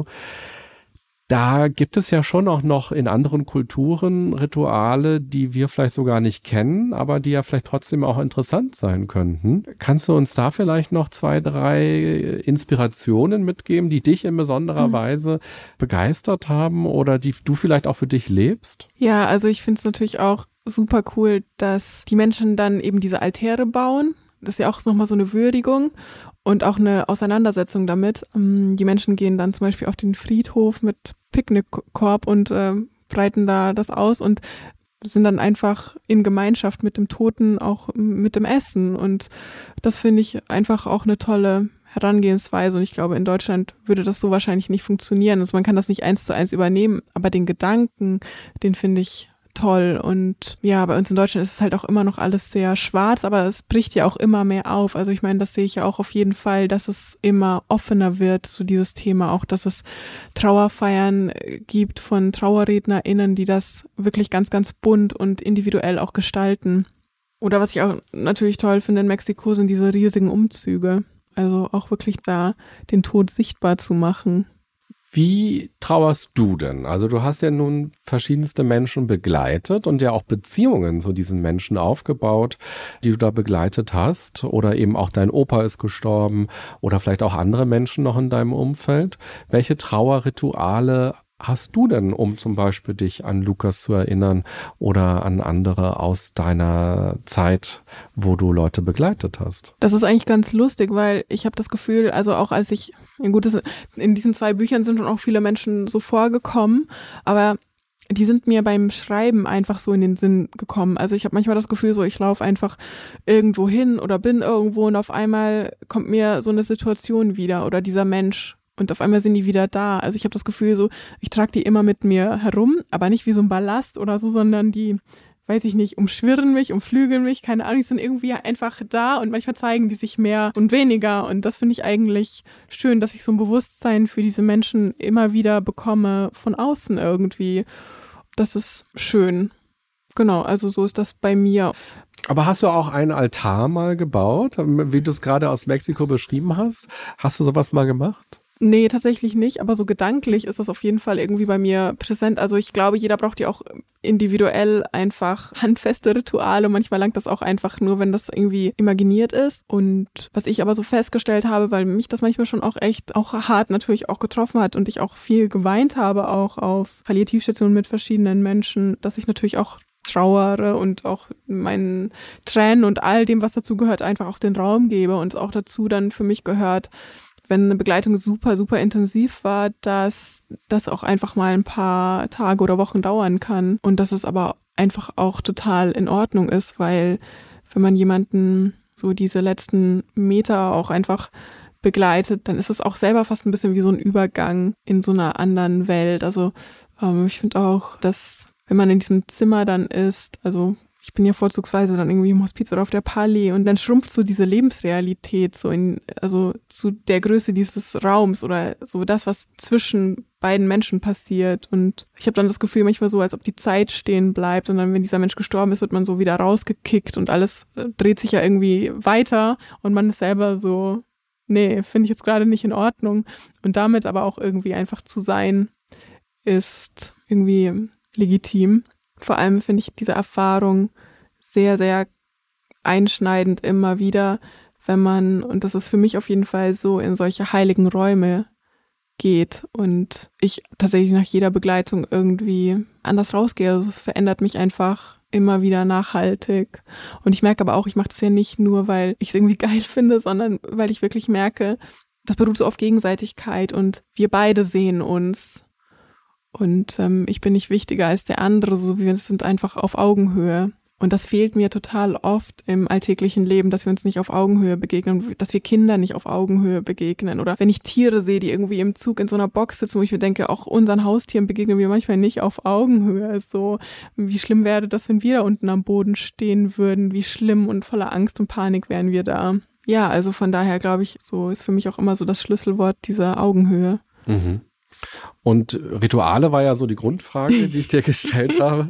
Da gibt es ja schon auch noch in anderen Kulturen Rituale, die wir vielleicht so gar nicht kennen, aber die ja vielleicht trotzdem auch interessant sein könnten. Kannst du uns da vielleicht noch 2, 3 Inspirationen mitgeben, die dich in besonderer Weise begeistert haben oder die du vielleicht auch für dich lebst? Ja, also ich finde es natürlich auch super cool, dass die Menschen dann eben diese Altäre bauen. Das ist ja auch nochmal so eine Würdigung und auch eine Auseinandersetzung damit. Die Menschen gehen dann zum Beispiel auf den Friedhof mit Picknickkorb und breiten da das aus und sind dann einfach in Gemeinschaft mit dem Toten, auch mit dem Essen. Und das finde ich einfach auch eine tolle Herangehensweise. Und ich glaube, in Deutschland würde das so wahrscheinlich nicht funktionieren. Also man kann das nicht 1:1 übernehmen, aber den Gedanken, den finde ich toll. Und ja, bei uns in Deutschland ist es halt auch immer noch alles sehr schwarz, aber es bricht ja auch immer mehr auf. Also ich meine, das sehe ich ja auch auf jeden Fall, dass es immer offener wird, so dieses Thema auch, dass es Trauerfeiern gibt von TrauerrednerInnen, die das wirklich ganz, ganz bunt und individuell auch gestalten. Oder was ich auch natürlich toll finde in Mexiko, sind diese riesigen Umzüge. Also auch wirklich da den Tod sichtbar zu machen. Wie trauerst du denn? Also du hast ja nun verschiedenste Menschen begleitet und ja auch Beziehungen zu diesen Menschen aufgebaut, die du da begleitet hast. Oder eben auch dein Opa ist gestorben oder vielleicht auch andere Menschen noch in deinem Umfeld. Welche Trauerrituale hast du denn, um zum Beispiel dich an Lukas zu erinnern oder an andere aus deiner Zeit, wo du Leute begleitet hast? Das ist eigentlich ganz lustig, weil ich habe das Gefühl, also auch als ich, in diesen 2 Büchern sind schon auch viele Menschen so vorgekommen, aber die sind mir beim Schreiben einfach so in den Sinn gekommen. Also ich habe manchmal das Gefühl, so ich laufe einfach irgendwo hin oder bin irgendwo und auf einmal kommt mir so eine Situation wieder oder dieser Mensch. Und auf einmal sind die wieder da. Also ich habe das Gefühl, so ich trage die immer mit mir herum, aber nicht wie so ein Ballast oder so, sondern die, weiß ich nicht, umschwirren mich, umflügeln mich, keine Ahnung, die sind irgendwie einfach da und manchmal zeigen die sich mehr und weniger. Und das finde ich eigentlich schön, dass ich so ein Bewusstsein für diese Menschen immer wieder bekomme von außen irgendwie. Das ist schön. Genau, also so ist das bei mir. Aber hast du auch einen Altar mal gebaut, wie du es gerade aus Mexiko beschrieben hast? Hast du sowas mal gemacht? Nee, tatsächlich nicht, aber so gedanklich ist das auf jeden Fall irgendwie bei mir präsent. Also ich glaube, jeder braucht ja auch individuell einfach handfeste Rituale. Manchmal langt das auch einfach nur, wenn das irgendwie imaginiert ist. Und was ich aber so festgestellt habe, weil mich das manchmal schon auch echt auch hart natürlich auch getroffen hat und ich auch viel geweint habe, auch auf Palliativstationen mit verschiedenen Menschen, dass ich natürlich auch trauere und auch meinen Tränen und all dem, was dazu gehört, einfach auch den Raum gebe und auch dazu dann für mich gehört, wenn eine Begleitung super, super intensiv war, dass das auch einfach mal ein paar Tage oder Wochen dauern kann und dass es aber einfach auch total in Ordnung ist, weil wenn man jemanden so diese letzten Meter auch einfach begleitet, dann ist es auch selber fast ein bisschen wie so ein Übergang in so einer anderen Welt. Also ich finde auch, dass wenn man in diesem Zimmer dann ist, also ich bin ja vorzugsweise dann irgendwie im Hospiz oder auf der Palli und dann schrumpft so diese Lebensrealität so also zu der Größe dieses Raums oder so das, was zwischen beiden Menschen passiert. Und ich habe dann das Gefühl manchmal so, als ob die Zeit stehen bleibt und dann, wenn dieser Mensch gestorben ist, wird man so wieder rausgekickt und alles dreht sich ja irgendwie weiter und man ist selber so, nee, finde ich jetzt gerade nicht in Ordnung. Und damit aber auch irgendwie einfach zu sein, ist irgendwie legitim. Vor allem finde ich diese Erfahrung sehr, sehr einschneidend immer wieder, wenn man, und das ist für mich auf jeden Fall so, in solche heiligen Räume geht und ich tatsächlich nach jeder Begleitung irgendwie anders rausgehe. Also es verändert mich einfach immer wieder nachhaltig. Und ich merke aber auch, ich mache das ja nicht nur, weil ich es irgendwie geil finde, sondern weil ich wirklich merke, das beruht so auf Gegenseitigkeit und wir beide sehen uns. Und ich bin nicht wichtiger als der andere, so wir sind einfach auf Augenhöhe. Und das fehlt mir total oft im alltäglichen Leben, dass wir uns nicht auf Augenhöhe begegnen, dass wir Kinder nicht auf Augenhöhe begegnen. Oder wenn ich Tiere sehe, die irgendwie im Zug in so einer Box sitzen, wo ich mir denke, auch unseren Haustieren begegnen wir manchmal nicht auf Augenhöhe. So, wie schlimm wäre das, wenn wir da unten am Boden stehen würden? Wie schlimm und voller Angst und Panik wären wir da? Ja, also von daher glaube ich, so ist für mich auch immer so das Schlüsselwort dieser Augenhöhe. Mhm. Und Rituale war ja so die Grundfrage, die ich dir gestellt habe.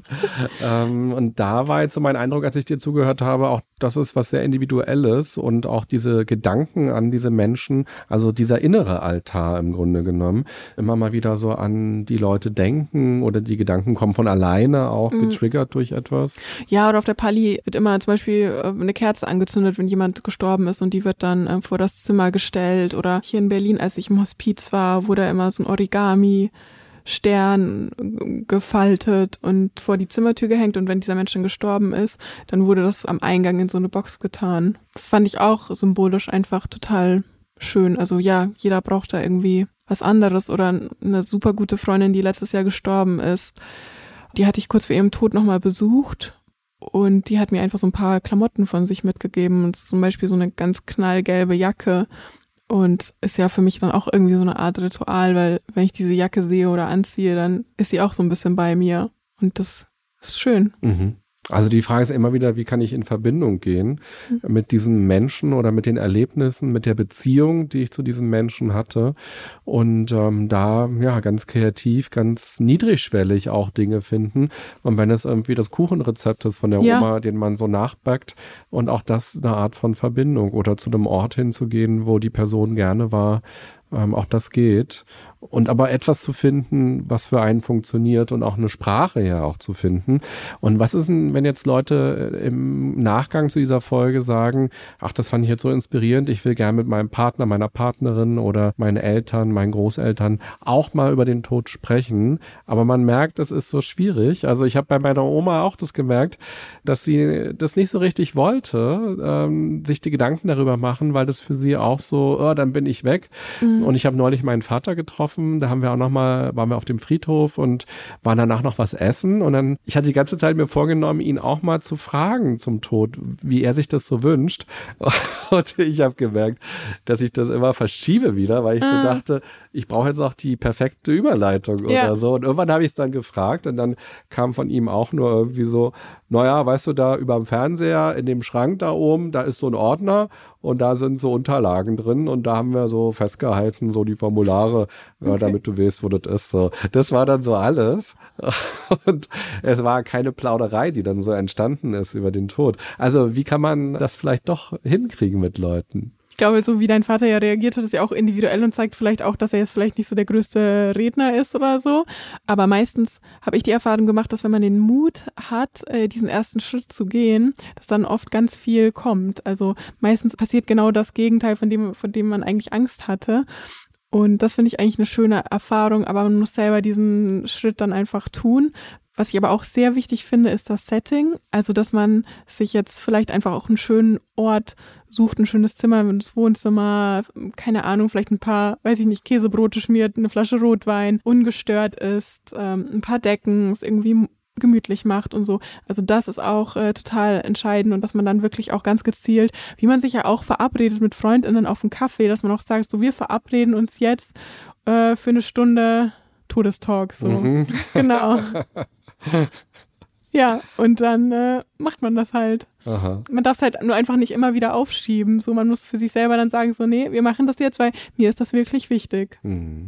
Und da war jetzt so mein Eindruck, als ich dir zugehört habe, auch das ist was sehr Individuelles und auch diese Gedanken an diese Menschen, also dieser innere Altar im Grunde genommen, immer mal wieder so an die Leute denken oder die Gedanken kommen von alleine auch getriggert durch etwas. Ja, oder auf der Palli wird immer zum Beispiel eine Kerze angezündet, wenn jemand gestorben ist und die wird dann vor das Zimmer gestellt. Oder hier in Berlin, als ich im Hospiz war, wurde immer so ein Origami Stern gefaltet und vor die Zimmertür gehängt und wenn dieser Mensch dann gestorben ist, dann wurde das am Eingang in so eine Box getan. Fand ich auch symbolisch einfach total schön. Also ja, jeder braucht da irgendwie was anderes oder eine super gute Freundin, die letztes Jahr gestorben ist. Die hatte ich kurz vor ihrem Tod nochmal besucht und die hat mir einfach so ein paar Klamotten von sich mitgegeben und zum Beispiel so eine ganz knallgelbe Jacke. Und ist ja für mich dann auch irgendwie so eine Art Ritual, weil wenn ich diese Jacke sehe oder anziehe, dann ist sie auch so ein bisschen bei mir. Und das ist schön. Mhm. Also die Frage ist immer wieder, wie kann ich in Verbindung gehen mit diesem Menschen oder mit den Erlebnissen, mit der Beziehung, die ich zu diesem Menschen hatte und da ja ganz kreativ, ganz niedrigschwellig auch Dinge finden. Und wenn es irgendwie das Kuchenrezept ist von der Oma, den man so nachbackt und auch das eine Art von Verbindung oder zu einem Ort hinzugehen, wo die Person gerne war, auch das geht. Und aber etwas zu finden, was für einen funktioniert und auch eine Sprache ja auch zu finden. Und was ist denn, wenn jetzt Leute im Nachgang zu dieser Folge sagen, ach, das fand ich jetzt so inspirierend, ich will gerne mit meinem Partner, meiner Partnerin oder meinen Eltern, meinen Großeltern auch mal über den Tod sprechen. Aber man merkt, das ist so schwierig. Also ich habe bei meiner Oma auch das gemerkt, dass sie das nicht so richtig wollte, sich die Gedanken darüber machen, weil das für sie auch so, oh, dann bin ich weg. Und ich habe neulich meinen Vater getroffen, da waren wir auf dem Friedhof und waren danach noch was essen. Und dann, ich hatte die ganze Zeit mir vorgenommen, ihn auch mal zu fragen zum Tod, wie er sich das so wünscht. Und ich habe gemerkt, dass ich das immer verschiebe wieder, weil ich so dachte, ich brauche jetzt auch die perfekte Überleitung oder so. Und irgendwann habe ich es dann gefragt und dann kam von ihm auch nur irgendwie so, naja, weißt du, da über dem Fernseher in dem Schrank da oben, da ist so ein Ordner und da sind so Unterlagen drin und da haben wir so festgehalten, so die Formulare, damit du weißt, wo das ist. So. Das war dann so alles und es war keine Plauderei, die dann so entstanden ist über den Tod. Also wie kann man das vielleicht doch hinkriegen mit Leuten? Ich glaube, so wie dein Vater ja reagiert hat, ist ja auch individuell und zeigt vielleicht auch, dass er jetzt vielleicht nicht so der größte Redner ist oder so. Aber meistens habe ich die Erfahrung gemacht, dass wenn man den Mut hat, diesen ersten Schritt zu gehen, dass dann oft ganz viel kommt. Also meistens passiert genau das Gegenteil von dem man eigentlich Angst hatte. Und das finde ich eigentlich eine schöne Erfahrung, aber man muss selber diesen Schritt dann einfach tun. Was ich aber auch sehr wichtig finde, ist das Setting. Also, dass man sich jetzt vielleicht einfach auch einen schönen Ort sucht, ein schönes Zimmer, das Wohnzimmer, keine Ahnung, vielleicht ein paar, weiß ich nicht, Käsebrote schmiert, eine Flasche Rotwein, ungestört ist, ein paar Decken, es irgendwie gemütlich macht und so. Also das ist auch total entscheidend und dass man dann wirklich auch ganz gezielt, wie man sich ja auch verabredet mit FreundInnen auf einen Kaffee, dass man auch sagt, so wir verabreden uns jetzt für eine Stunde Todestalk, so. Genau. Ja, und dann macht man das halt. Aha. Man darf es halt nur einfach nicht immer wieder aufschieben. So, man muss für sich selber dann sagen, so, nee, wir machen das jetzt, weil mir ist das wirklich wichtig.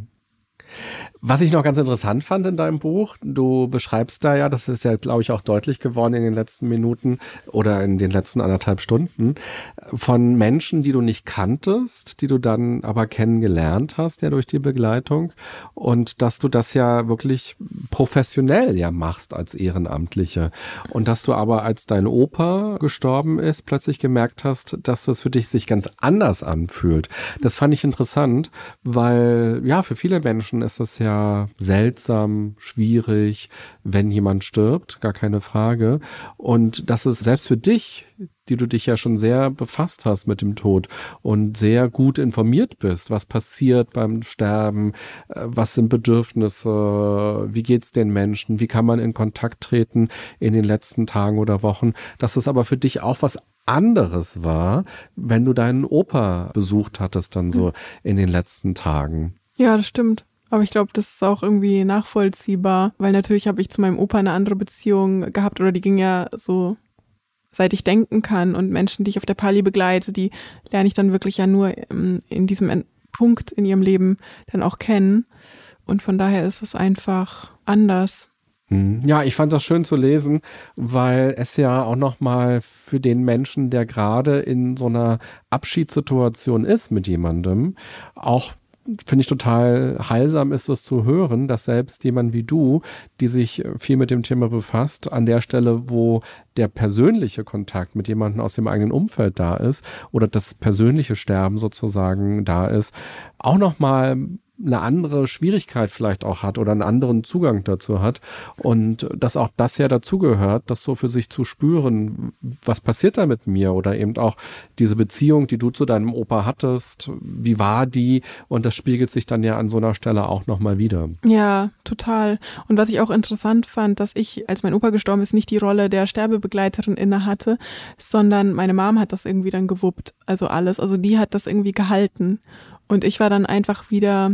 Was ich noch ganz interessant fand in deinem Buch, du beschreibst da ja, das ist ja, glaube ich, auch deutlich geworden in den letzten Minuten oder in den letzten 1,5 Stunden, von Menschen, die du nicht kanntest, die du dann aber kennengelernt hast, ja durch die Begleitung und dass du das ja wirklich professionell ja machst als Ehrenamtliche und dass du aber, als dein Opa gestorben ist, plötzlich gemerkt hast, dass das für dich sich ganz anders anfühlt. Das fand ich interessant, weil ja, für viele Menschen ist es ja seltsam, schwierig, wenn jemand stirbt, gar keine Frage. Und dass es selbst für dich, die du dich ja schon sehr befasst hast mit dem Tod und sehr gut informiert bist, was passiert beim Sterben, was sind Bedürfnisse, wie geht's den Menschen, wie kann man in Kontakt treten in den letzten Tagen oder Wochen, dass es aber für dich auch was anderes war, wenn du deinen Opa besucht hattest dann so in den letzten Tagen. Ja, das stimmt. Aber ich glaube, das ist auch irgendwie nachvollziehbar, weil natürlich habe ich zu meinem Opa eine andere Beziehung gehabt oder die ging ja so, seit ich denken kann und Menschen, die ich auf der Pali begleite, die lerne ich dann wirklich ja nur in diesem Punkt in ihrem Leben dann auch kennen und von daher ist es einfach anders. Ja, ich fand das schön zu lesen, weil es ja auch nochmal für den Menschen, der gerade in so einer Abschiedssituation ist mit jemandem, auch finde ich total heilsam ist es zu hören, dass selbst jemand wie du, die sich viel mit dem Thema befasst, an der Stelle, wo der persönliche Kontakt mit jemandem aus dem eigenen Umfeld da ist oder das persönliche Sterben sozusagen da ist, auch nochmal eine andere Schwierigkeit vielleicht auch hat oder einen anderen Zugang dazu hat und dass auch das ja dazugehört, das so für sich zu spüren, was passiert da mit mir oder eben auch diese Beziehung, die du zu deinem Opa hattest, wie war die und das spiegelt sich dann ja an so einer Stelle auch nochmal wieder. Ja, total. Und was ich auch interessant fand, dass ich, als mein Opa gestorben ist, nicht die Rolle der Sterbebegleiterin inne hatte, sondern meine Mom hat das irgendwie dann gewuppt, also alles, also die hat das irgendwie gehalten und ich war dann einfach wieder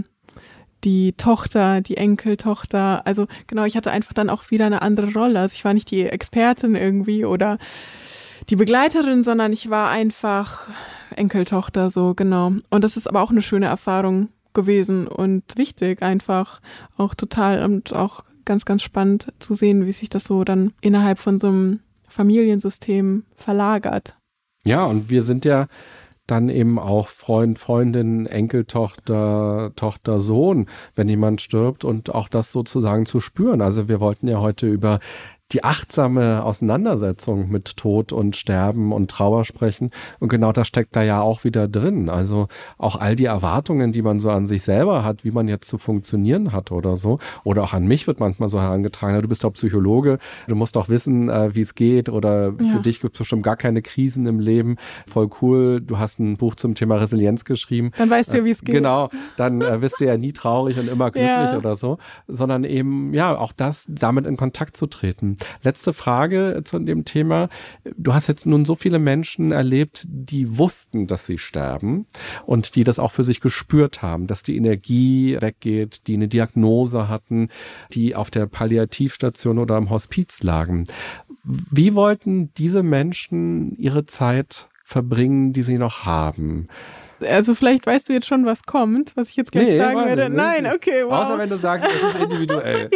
die Tochter, die Enkeltochter, also genau, ich hatte einfach dann auch wieder eine andere Rolle. Also ich war nicht die Expertin irgendwie oder die Begleiterin, sondern ich war einfach Enkeltochter, so genau. Und das ist aber auch eine schöne Erfahrung gewesen und wichtig einfach, auch total und auch ganz, ganz spannend zu sehen, wie sich das so dann innerhalb von so einem Familiensystem verlagert. Ja, und wir sind ja dann eben auch Freund, Freundin, Enkeltochter, Tochter, Sohn, wenn jemand stirbt und auch das sozusagen zu spüren. Also wir wollten ja heute über die achtsame Auseinandersetzung mit Tod und Sterben und Trauer sprechen. Und genau das steckt da ja auch wieder drin. Also auch all die Erwartungen, die man so an sich selber hat, wie man jetzt zu funktionieren hat oder so. Oder auch an mich wird manchmal so herangetragen, du bist doch Psychologe, du musst doch wissen, wie es geht. Oder für dich gibt es bestimmt gar keine Krisen im Leben. Voll cool, du hast ein Buch zum Thema Resilienz geschrieben. Dann weißt du ja, wie es geht. Genau, dann wirst du ja nie traurig und immer glücklich oder so. Sondern eben, ja, auch das, damit in Kontakt zu treten. Letzte Frage zu dem Thema. Du hast jetzt nun so viele Menschen erlebt, die wussten, dass sie sterben und die das auch für sich gespürt haben, dass die Energie weggeht, die eine Diagnose hatten, die auf der Palliativstation oder im Hospiz lagen. Wie wollten diese Menschen ihre Zeit verbringen, die sie noch haben? Also vielleicht weißt du jetzt schon, was kommt, was ich jetzt gleich sagen werde. Nein, okay, wow. Außer wenn du sagst, es ist individuell.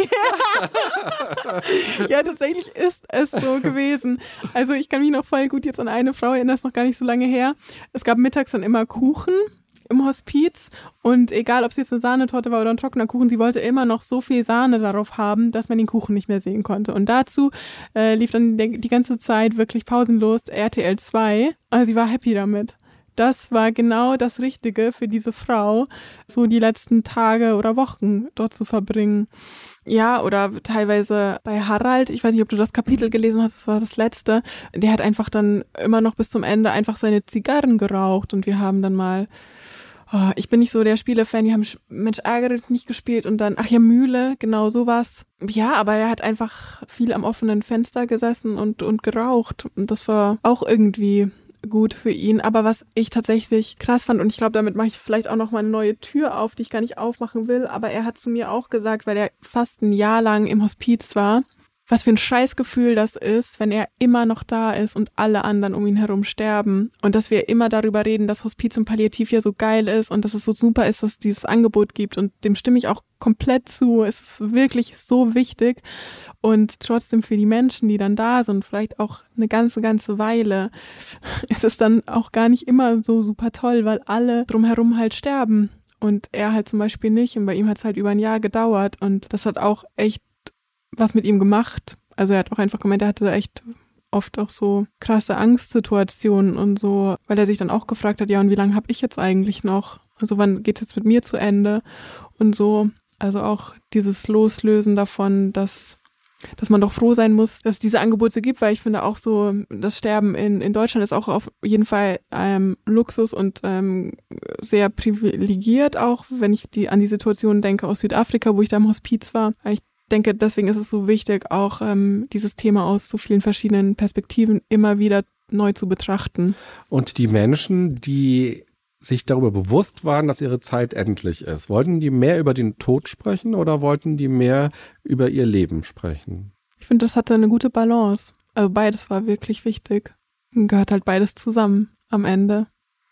Ja, tatsächlich ist es so gewesen. Also ich kann mich noch voll gut jetzt an eine Frau erinnern, das ist noch gar nicht so lange her. Es gab mittags dann immer Kuchen im Hospiz und egal, ob es jetzt eine Sahnetorte war oder ein trockener Kuchen, sie wollte immer noch so viel Sahne darauf haben, dass man den Kuchen nicht mehr sehen konnte. Und dazu lief dann die ganze Zeit wirklich pausenlos RTL 2. Also sie war happy damit. Das war genau das Richtige für diese Frau, so die letzten Tage oder Wochen dort zu verbringen. Ja, oder teilweise bei Harald, ich weiß nicht, ob du das Kapitel gelesen hast, das war das letzte, der hat einfach dann immer noch bis zum Ende einfach seine Zigarren geraucht und wir haben dann mal, ich bin nicht so der Spielefan, die haben Mensch ärgere dich nicht gespielt und dann, Mühle, genau sowas. Ja, aber er hat einfach viel am offenen Fenster gesessen und geraucht und das war auch irgendwie gut für ihn. Aber was ich tatsächlich krass fand, und ich glaube, damit mache ich vielleicht auch noch mal eine neue Tür auf, die ich gar nicht aufmachen will, aber er hat zu mir auch gesagt, weil er fast ein Jahr lang im Hospiz war, was für ein Scheißgefühl das ist, wenn er immer noch da ist und alle anderen um ihn herum sterben. Und dass wir immer darüber reden, dass Hospiz und Palliativ ja so geil ist und dass es so super ist, dass es dieses Angebot gibt. Und dem stimme ich auch komplett zu. Es ist wirklich so wichtig. Und trotzdem für die Menschen, die dann da sind, vielleicht auch eine ganze Weile, ist es dann auch gar nicht immer so super toll, weil alle drumherum halt sterben. Und er halt zum Beispiel nicht. Und bei ihm hat es halt über ein Jahr gedauert. Und das hat auch echt was mit ihm gemacht. Also er hat auch einfach gemeint, er hatte echt oft auch so krasse Angstsituationen und so, weil er sich dann auch gefragt hat, ja, und wie lange habe ich jetzt eigentlich noch? Also wann geht's jetzt mit mir zu Ende? Und so, also auch dieses Loslösen davon, dass man doch froh sein muss, dass es diese Angebote gibt, weil ich finde auch so, das Sterben in Deutschland ist auch auf jeden Fall Luxus und sehr privilegiert auch, wenn ich an die Situation denke aus Südafrika, wo ich da im Hospiz war. Ich denke, deswegen ist es so wichtig, auch dieses Thema aus so vielen verschiedenen Perspektiven immer wieder neu zu betrachten. Und die Menschen, die sich darüber bewusst waren, dass ihre Zeit endlich ist, wollten die mehr über den Tod sprechen oder wollten die mehr über ihr Leben sprechen? Ich finde, das hatte eine gute Balance. Also beides war wirklich wichtig. Gehört halt beides zusammen am Ende.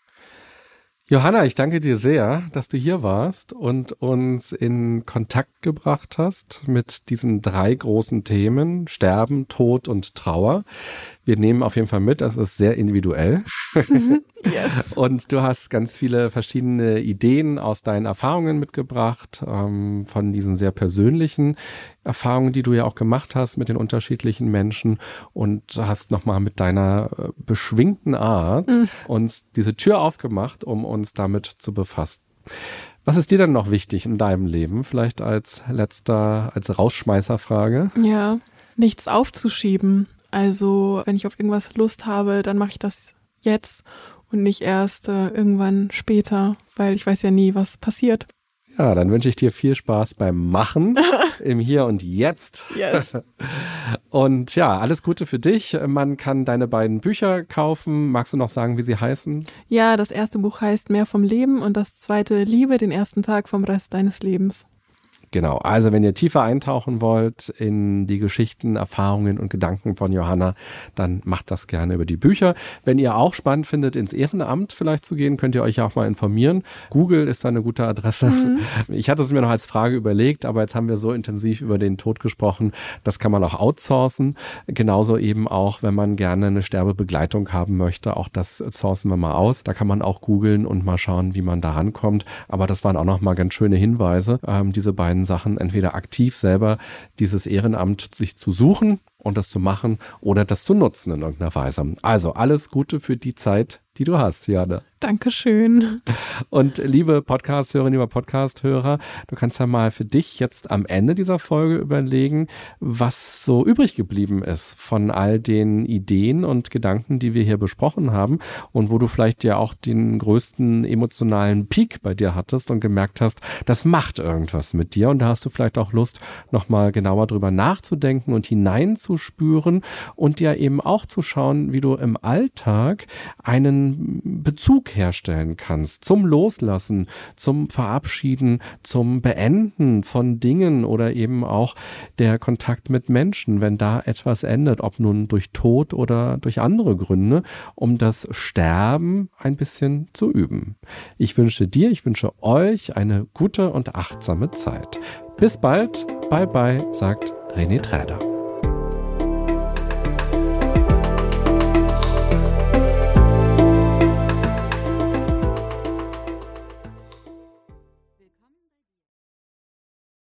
Johanna, ich danke dir sehr, dass du hier warst und uns in Kontakt gebracht hast mit diesen 3 großen Themen, Sterben, Tod und Trauer. Wir nehmen auf jeden Fall mit, das ist sehr individuell. Yes. Und du hast ganz viele verschiedene Ideen aus deinen Erfahrungen mitgebracht, von diesen sehr persönlichen Erfahrungen, die du ja auch gemacht hast mit den unterschiedlichen Menschen und hast nochmal mit deiner beschwingten Art uns diese Tür aufgemacht, um uns damit zu befassen. Was ist dir denn noch wichtig in deinem Leben? Vielleicht als Rausschmeißerfrage? Ja, nichts aufzuschieben. Also wenn ich auf irgendwas Lust habe, dann mache ich das jetzt und nicht erst irgendwann später, weil ich weiß ja nie, was passiert. Ja, dann wünsche ich dir viel Spaß beim Machen im Hier und Jetzt. Yes. Und ja, alles Gute für dich. Man kann deine beiden Bücher kaufen. Magst du noch sagen, wie sie heißen? Ja, das erste Buch heißt Mehr vom Leben und das zweite Liebe den ersten Tag vom Rest deines Lebens. Genau, also wenn ihr tiefer eintauchen wollt in die Geschichten, Erfahrungen und Gedanken von Johanna, dann macht das gerne über die Bücher. Wenn ihr auch spannend findet, ins Ehrenamt vielleicht zu gehen, könnt ihr euch auch mal informieren. Google ist da eine gute Adresse. Ich hatte es mir noch als Frage überlegt, aber jetzt haben wir so intensiv über den Tod gesprochen, das kann man auch outsourcen. Genauso eben auch, wenn man gerne eine Sterbebegleitung haben möchte, auch das sourcen wir mal aus. Da kann man auch googeln und mal schauen, wie man da rankommt. Aber das waren auch noch mal ganz schöne Hinweise, diese beiden Sachen, entweder aktiv selber dieses Ehrenamt sich zu suchen und das zu machen oder das zu nutzen in irgendeiner Weise. Also alles Gute für die Zeit, die du hast, Jana. Dankeschön. Und liebe Podcast-Hörerinnen, lieber Podcast-Hörer, du kannst ja mal für dich jetzt am Ende dieser Folge überlegen, was so übrig geblieben ist von all den Ideen und Gedanken, die wir hier besprochen haben und wo du vielleicht ja auch den größten emotionalen Peak bei dir hattest und gemerkt hast, das macht irgendwas mit dir und da hast du vielleicht auch Lust, nochmal genauer drüber nachzudenken und hineinzuspüren und dir eben auch zu schauen, wie du im Alltag einen Bezug herstellen kannst zum Loslassen, zum Verabschieden, zum Beenden von Dingen oder eben auch der Kontakt mit Menschen, wenn da etwas endet, ob nun durch Tod oder durch andere Gründe, um das Sterben ein bisschen zu üben. Ich wünsche dir, ich wünsche euch eine gute und achtsame Zeit. Bis bald, bye bye, sagt René Träder.